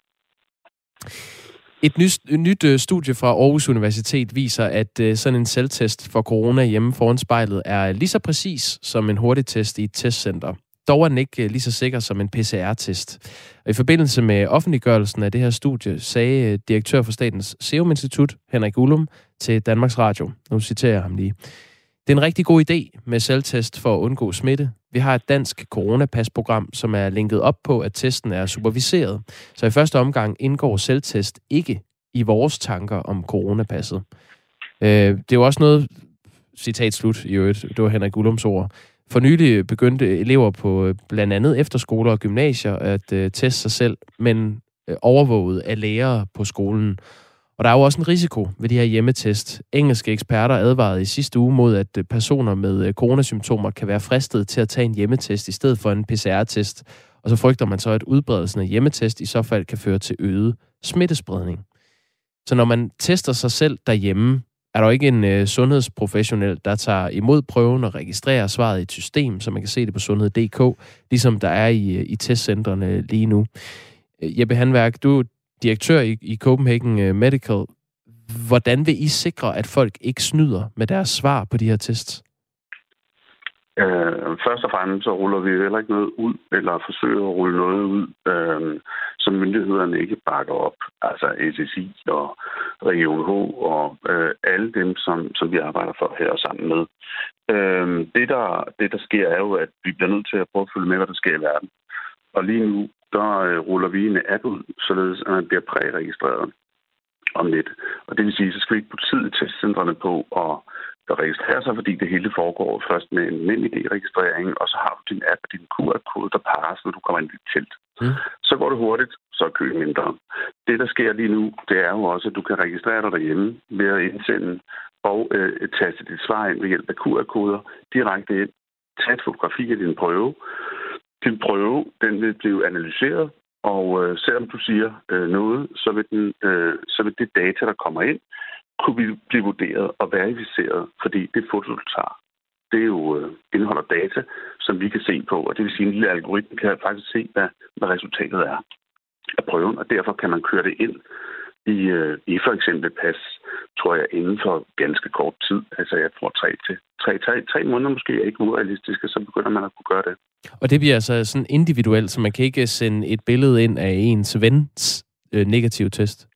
Et nyt studie fra Aarhus Universitet viser, at sådan en selvtest for corona hjemme foran spejlet er lige så præcis som en hurtigtest i et testcenter. Dog er den ikke lige så sikker som en PCR-test. Og i forbindelse med offentliggørelsen af det her studie, sagde direktør for Statens Serum Institut, Henrik Ullum, til Danmarks Radio. Nu citerer jeg ham lige. Det er en rigtig god idé med selvtest for at undgå smitte. Vi har et dansk coronapasprogram, som er linket op på, at testen er superviseret. Så i første omgang indgår selvtest ikke i vores tanker om coronapasset. Det er jo også noget, citat slut i øvrigt, det var Henrik Ullums ord. For nylig begyndte elever på blandt andet efterskoler og gymnasier at teste sig selv, men overvåget af lærere på skolen. Og der er jo også en risiko ved de her hjemmetest. Engelske eksperter advarede i sidste uge mod, at personer med coronasymptomer kan være fristet til at tage en hjemmetest i stedet for en PCR-test. Og så frygter man så, at udbredelsen af hjemmetest i så fald kan føre til øget smittespredning. Så når man tester sig selv derhjemme, er der ikke en sundhedsprofessionel, der tager imod prøven og registrerer svaret i et system, så man kan se det på sundhed.dk, ligesom der er i testcentrene lige nu. Jeppe Hanværk, du direktør i Copenhagen Medical. Hvordan vil I sikre, at folk ikke snyder med deres svar på de her tests? Først og fremmest så ruller vi heller ikke noget ud, eller forsøger at rulle noget ud, som myndighederne ikke bakker op. Altså SSI og Region H og alle dem, som vi arbejder for her sammen med. Det, der sker, er jo, at vi bliver nødt til at prøve at følge med, hvad der sker i verden. Og lige nu, der ruller vi en app ud, således at man bliver præregistreret om lidt. Og det vil sige, så skal vi ikke bruge tid i testcentrene på at registrere sig, fordi det hele foregår først med en NemID-registrering, og så har du din app og din QR-kode, der pares, når du kommer ind i dit telt. Så går det hurtigt, så er køen mindre. Det, der sker lige nu, det er jo også, at du kan registrere dig derhjemme ved at indsende og taste dit svar ind ved hjælp af QR-koder direkte ind. Tag et fotografi af din prøve. Din prøve, den vil blive analyseret, og selvom du siger noget, så vil det data, der kommer ind, kunne blive vurderet og verificeret, fordi det foto, du tager, det er jo indeholder data, som vi kan se på, og det vil sige, at en lille algoritme kan faktisk se, hvad resultatet er af prøven, og derfor kan man køre det ind i for eksempel pas, tror jeg, inden for ganske kort tid. Altså jeg tror 3 måneder måske er ikke urealistiske, så begynder man at kunne gøre det. Og det bliver altså sådan individuelt, så man kan ikke sende et billede ind af ens vens negative test?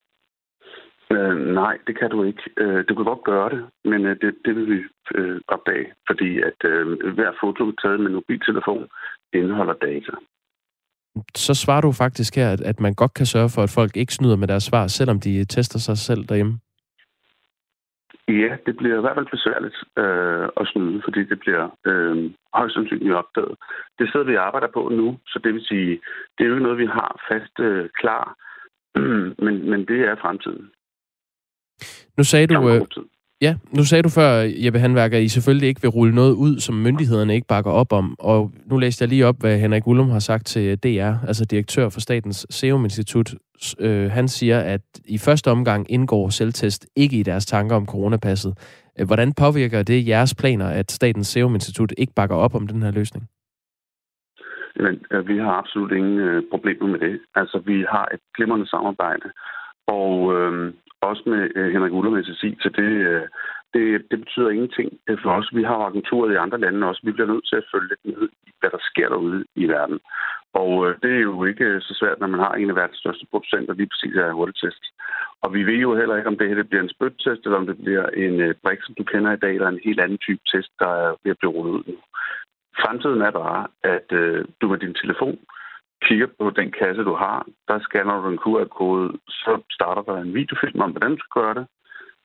Nej, det kan du ikke. Du kan godt gøre det, men det vil vi opdage, fordi at hver foto taget med mobiltelefon indeholder data. så svarer du faktisk her, at man godt kan sørge for, at folk ikke snyder med deres svar, selvom de tester sig selv derhjemme. Ja, det bliver i hvert fald besværligt at snyde, fordi det bliver højst sandsynligt opdaget. Det sidder vi og arbejder på nu, så det vil sige, det er jo ikke noget, vi har fast klar, men det er fremtiden. Nu sagde du før, Jeppe Hanværker, at I selvfølgelig ikke vil rulle noget ud, som myndighederne ikke bakker op om. Og nu læste jeg lige op, hvad Henrik Ullum har sagt til DR, altså direktør for Statens Serum Institut. Han siger, at i første omgang indgår selvtest ikke i deres tanker om coronapasset. Hvordan påvirker det jeres planer, at Statens Serum Institut ikke bakker op om den her løsning? Jamen, vi har absolut ingen problemer med det. Altså, vi har et glimrende samarbejde, og også med Henrik Ullum SSI, så det betyder ingenting for os. Vi har agenturet i andre lande også. Vi bliver nødt til at følge lidt med i, hvad der sker derude i verden. Og det er jo ikke så svært, når man har en af verdens største producenter lige præcis af hurtigtest. Og vi ved jo heller ikke, om det her det bliver en spyttest, eller om det bliver en brik, som du kender i dag, eller en helt anden type test, der er ved at blive rullet ud nu. Fremtiden er bare, at du med din telefon kigger på den kasse, du har, der scanner du en QR-kode, så starter der en videofilm om, hvordan du skal gøre det.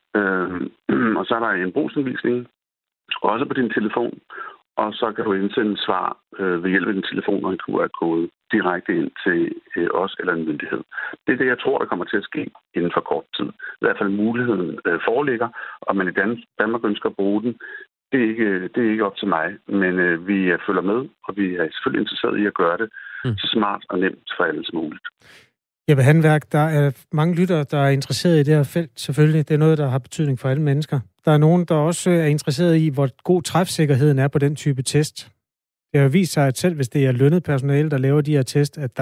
Og så er der en brugsanvisning, også på din telefon, og så kan du indsende svar ved hjælp af din telefon og en QR-kode direkte ind til os eller en myndighed. Det er det, jeg tror, der kommer til at ske inden for kort tid. I hvert fald muligheden foreligger, og man i Danmark ønsker at bruge den. Det er ikke op til mig, men vi følger med, og vi er selvfølgelig interesseret i at gøre det så smart og nemt for alle som muligt. Jeppe Hanværk, der er mange lyttere, der er interesseret i det her felt, selvfølgelig. Det er noget, der har betydning for alle mennesker. Der er nogen, der også er interesseret i, hvor god træfsikkerheden er på den type test. Det har vist sig, at selv hvis det er lønnet personale, der laver de her test, at der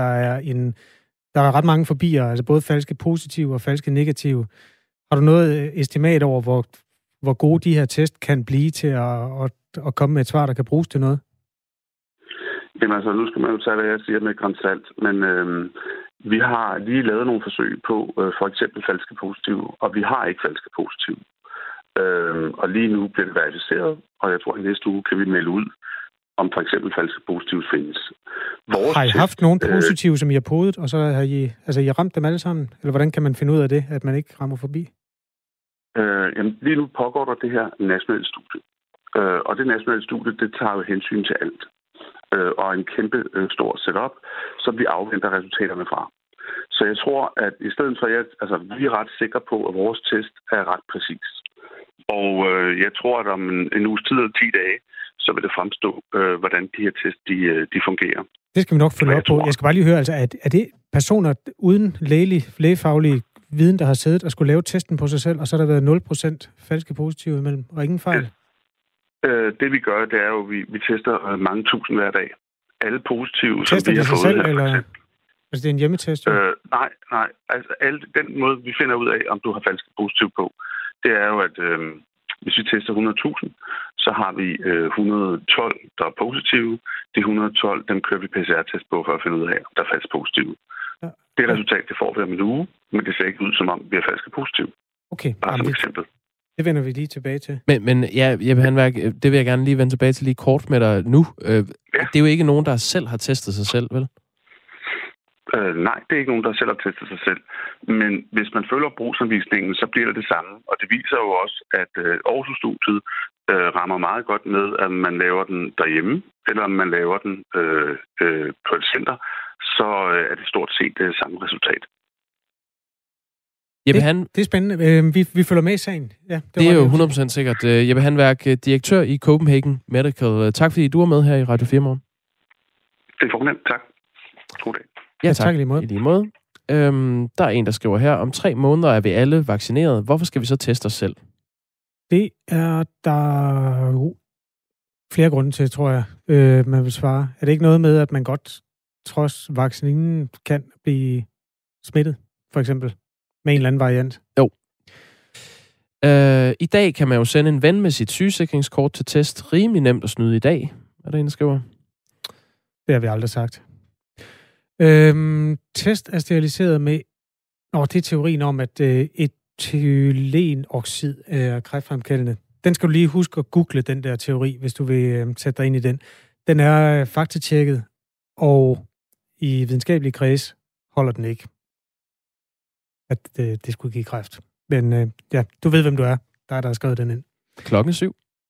er ret mange forbier, altså både falske positive og falske negative. Har du noget estimat over, hvor gode de her test kan blive til at komme med et svar, der kan bruges til noget? Jamen altså, nu skal man jo tage, hvad jeg siger med grænsalt, men vi har lige lavet nogle forsøg på for eksempel falske positive, og vi har ikke falske positive. Og lige nu bliver det verificeret, og jeg tror, at i næste uge kan vi melde ud, om for eksempel falske positive findes. Har I haft nogle positive, som I har podet, og så har I ramt dem alle sammen? Eller hvordan kan man finde ud af det, at man ikke rammer forbi? Jamen, lige nu pågår der det her nationale studie. Og det nationale studie, det tager jo hensyn til alt. Og en kæmpe stor setup, som vi afventer resultaterne fra. Så jeg tror, at i stedet for, vi er ret sikre på, at vores test er ret præcis. Og jeg tror, at om en uges tid eller 10 dage, så vil det fremstå, hvordan de her test de fungerer. Det skal vi nok følge op på. Jeg skal bare lige høre, altså, er det personer uden lægefaglig viden, der har siddet og skulle lave testen på sig selv, og så har der været 0% falske positive imellem, og ingen fejl? Det vi gør, det er jo, at vi tester mange tusind hver dag. Alle positive, tester som vi har fået selv, her. Eller? Altså det er en hjemmetest? Nej. Altså, den måde, vi finder ud af, om du har falske positive på, det er jo, at hvis vi tester 100.000, så har vi 112, der er positive. De 112, dem kører vi PCR-test på for at finde ud af, om der er falske positive. Ja. Det resultat, det får vi om en uge, men det ser ikke ud, som om vi er falske positive. Okay. Bare som eksempel. Det vender vi lige tilbage til. Men ja, Jeppe Hanværk, det vil jeg gerne lige vende tilbage til lige kort med dig nu. Det er jo ikke nogen, der selv har testet sig selv, vel? Nej, det er ikke nogen, der selv har testet sig selv. Men hvis man følger brugsanvisningen, så bliver det det samme. Og det viser jo også, at Aarhus-studiet rammer meget godt med, at man laver den derhjemme, eller om man laver den på et center, så er det stort set det samme resultat. Det er spændende. Vi følger med i sagen. Ja, det er jo 100% sikkert. Jeppe Hanværk, direktør i Copenhagen Medical. Tak fordi du er med her i Radio 4 Morgen. Det er fornemt. Tak. God dag. Ja, tak. I lige måde. Der er en, der skriver her, om 3 måneder er vi alle vaccineret. Hvorfor skal vi så teste os selv? Det er der jo flere grunde til, tror jeg, man vil svare. Er det ikke noget med, at man godt, trods vaccinen, kan blive smittet, for eksempel? Med en eller anden variant. Jo. I dag kan man jo sende en ven med sit sygesikringskort til test. Rimelig nemt at snyde i dag, er der en, der skriver. Det har vi aldrig sagt. Test er steriliseret med... det er teorien om, at etylenoxid er kræftfremkaldende. Den skal du lige huske at google, den der teori, hvis du vil sætte dig ind i den. Den er faktatjekket, og i videnskabelige kreds holder den ikke, at det skulle give kræft. Men ja, du ved, hvem du er. Der har skrevet den ind. 7:00.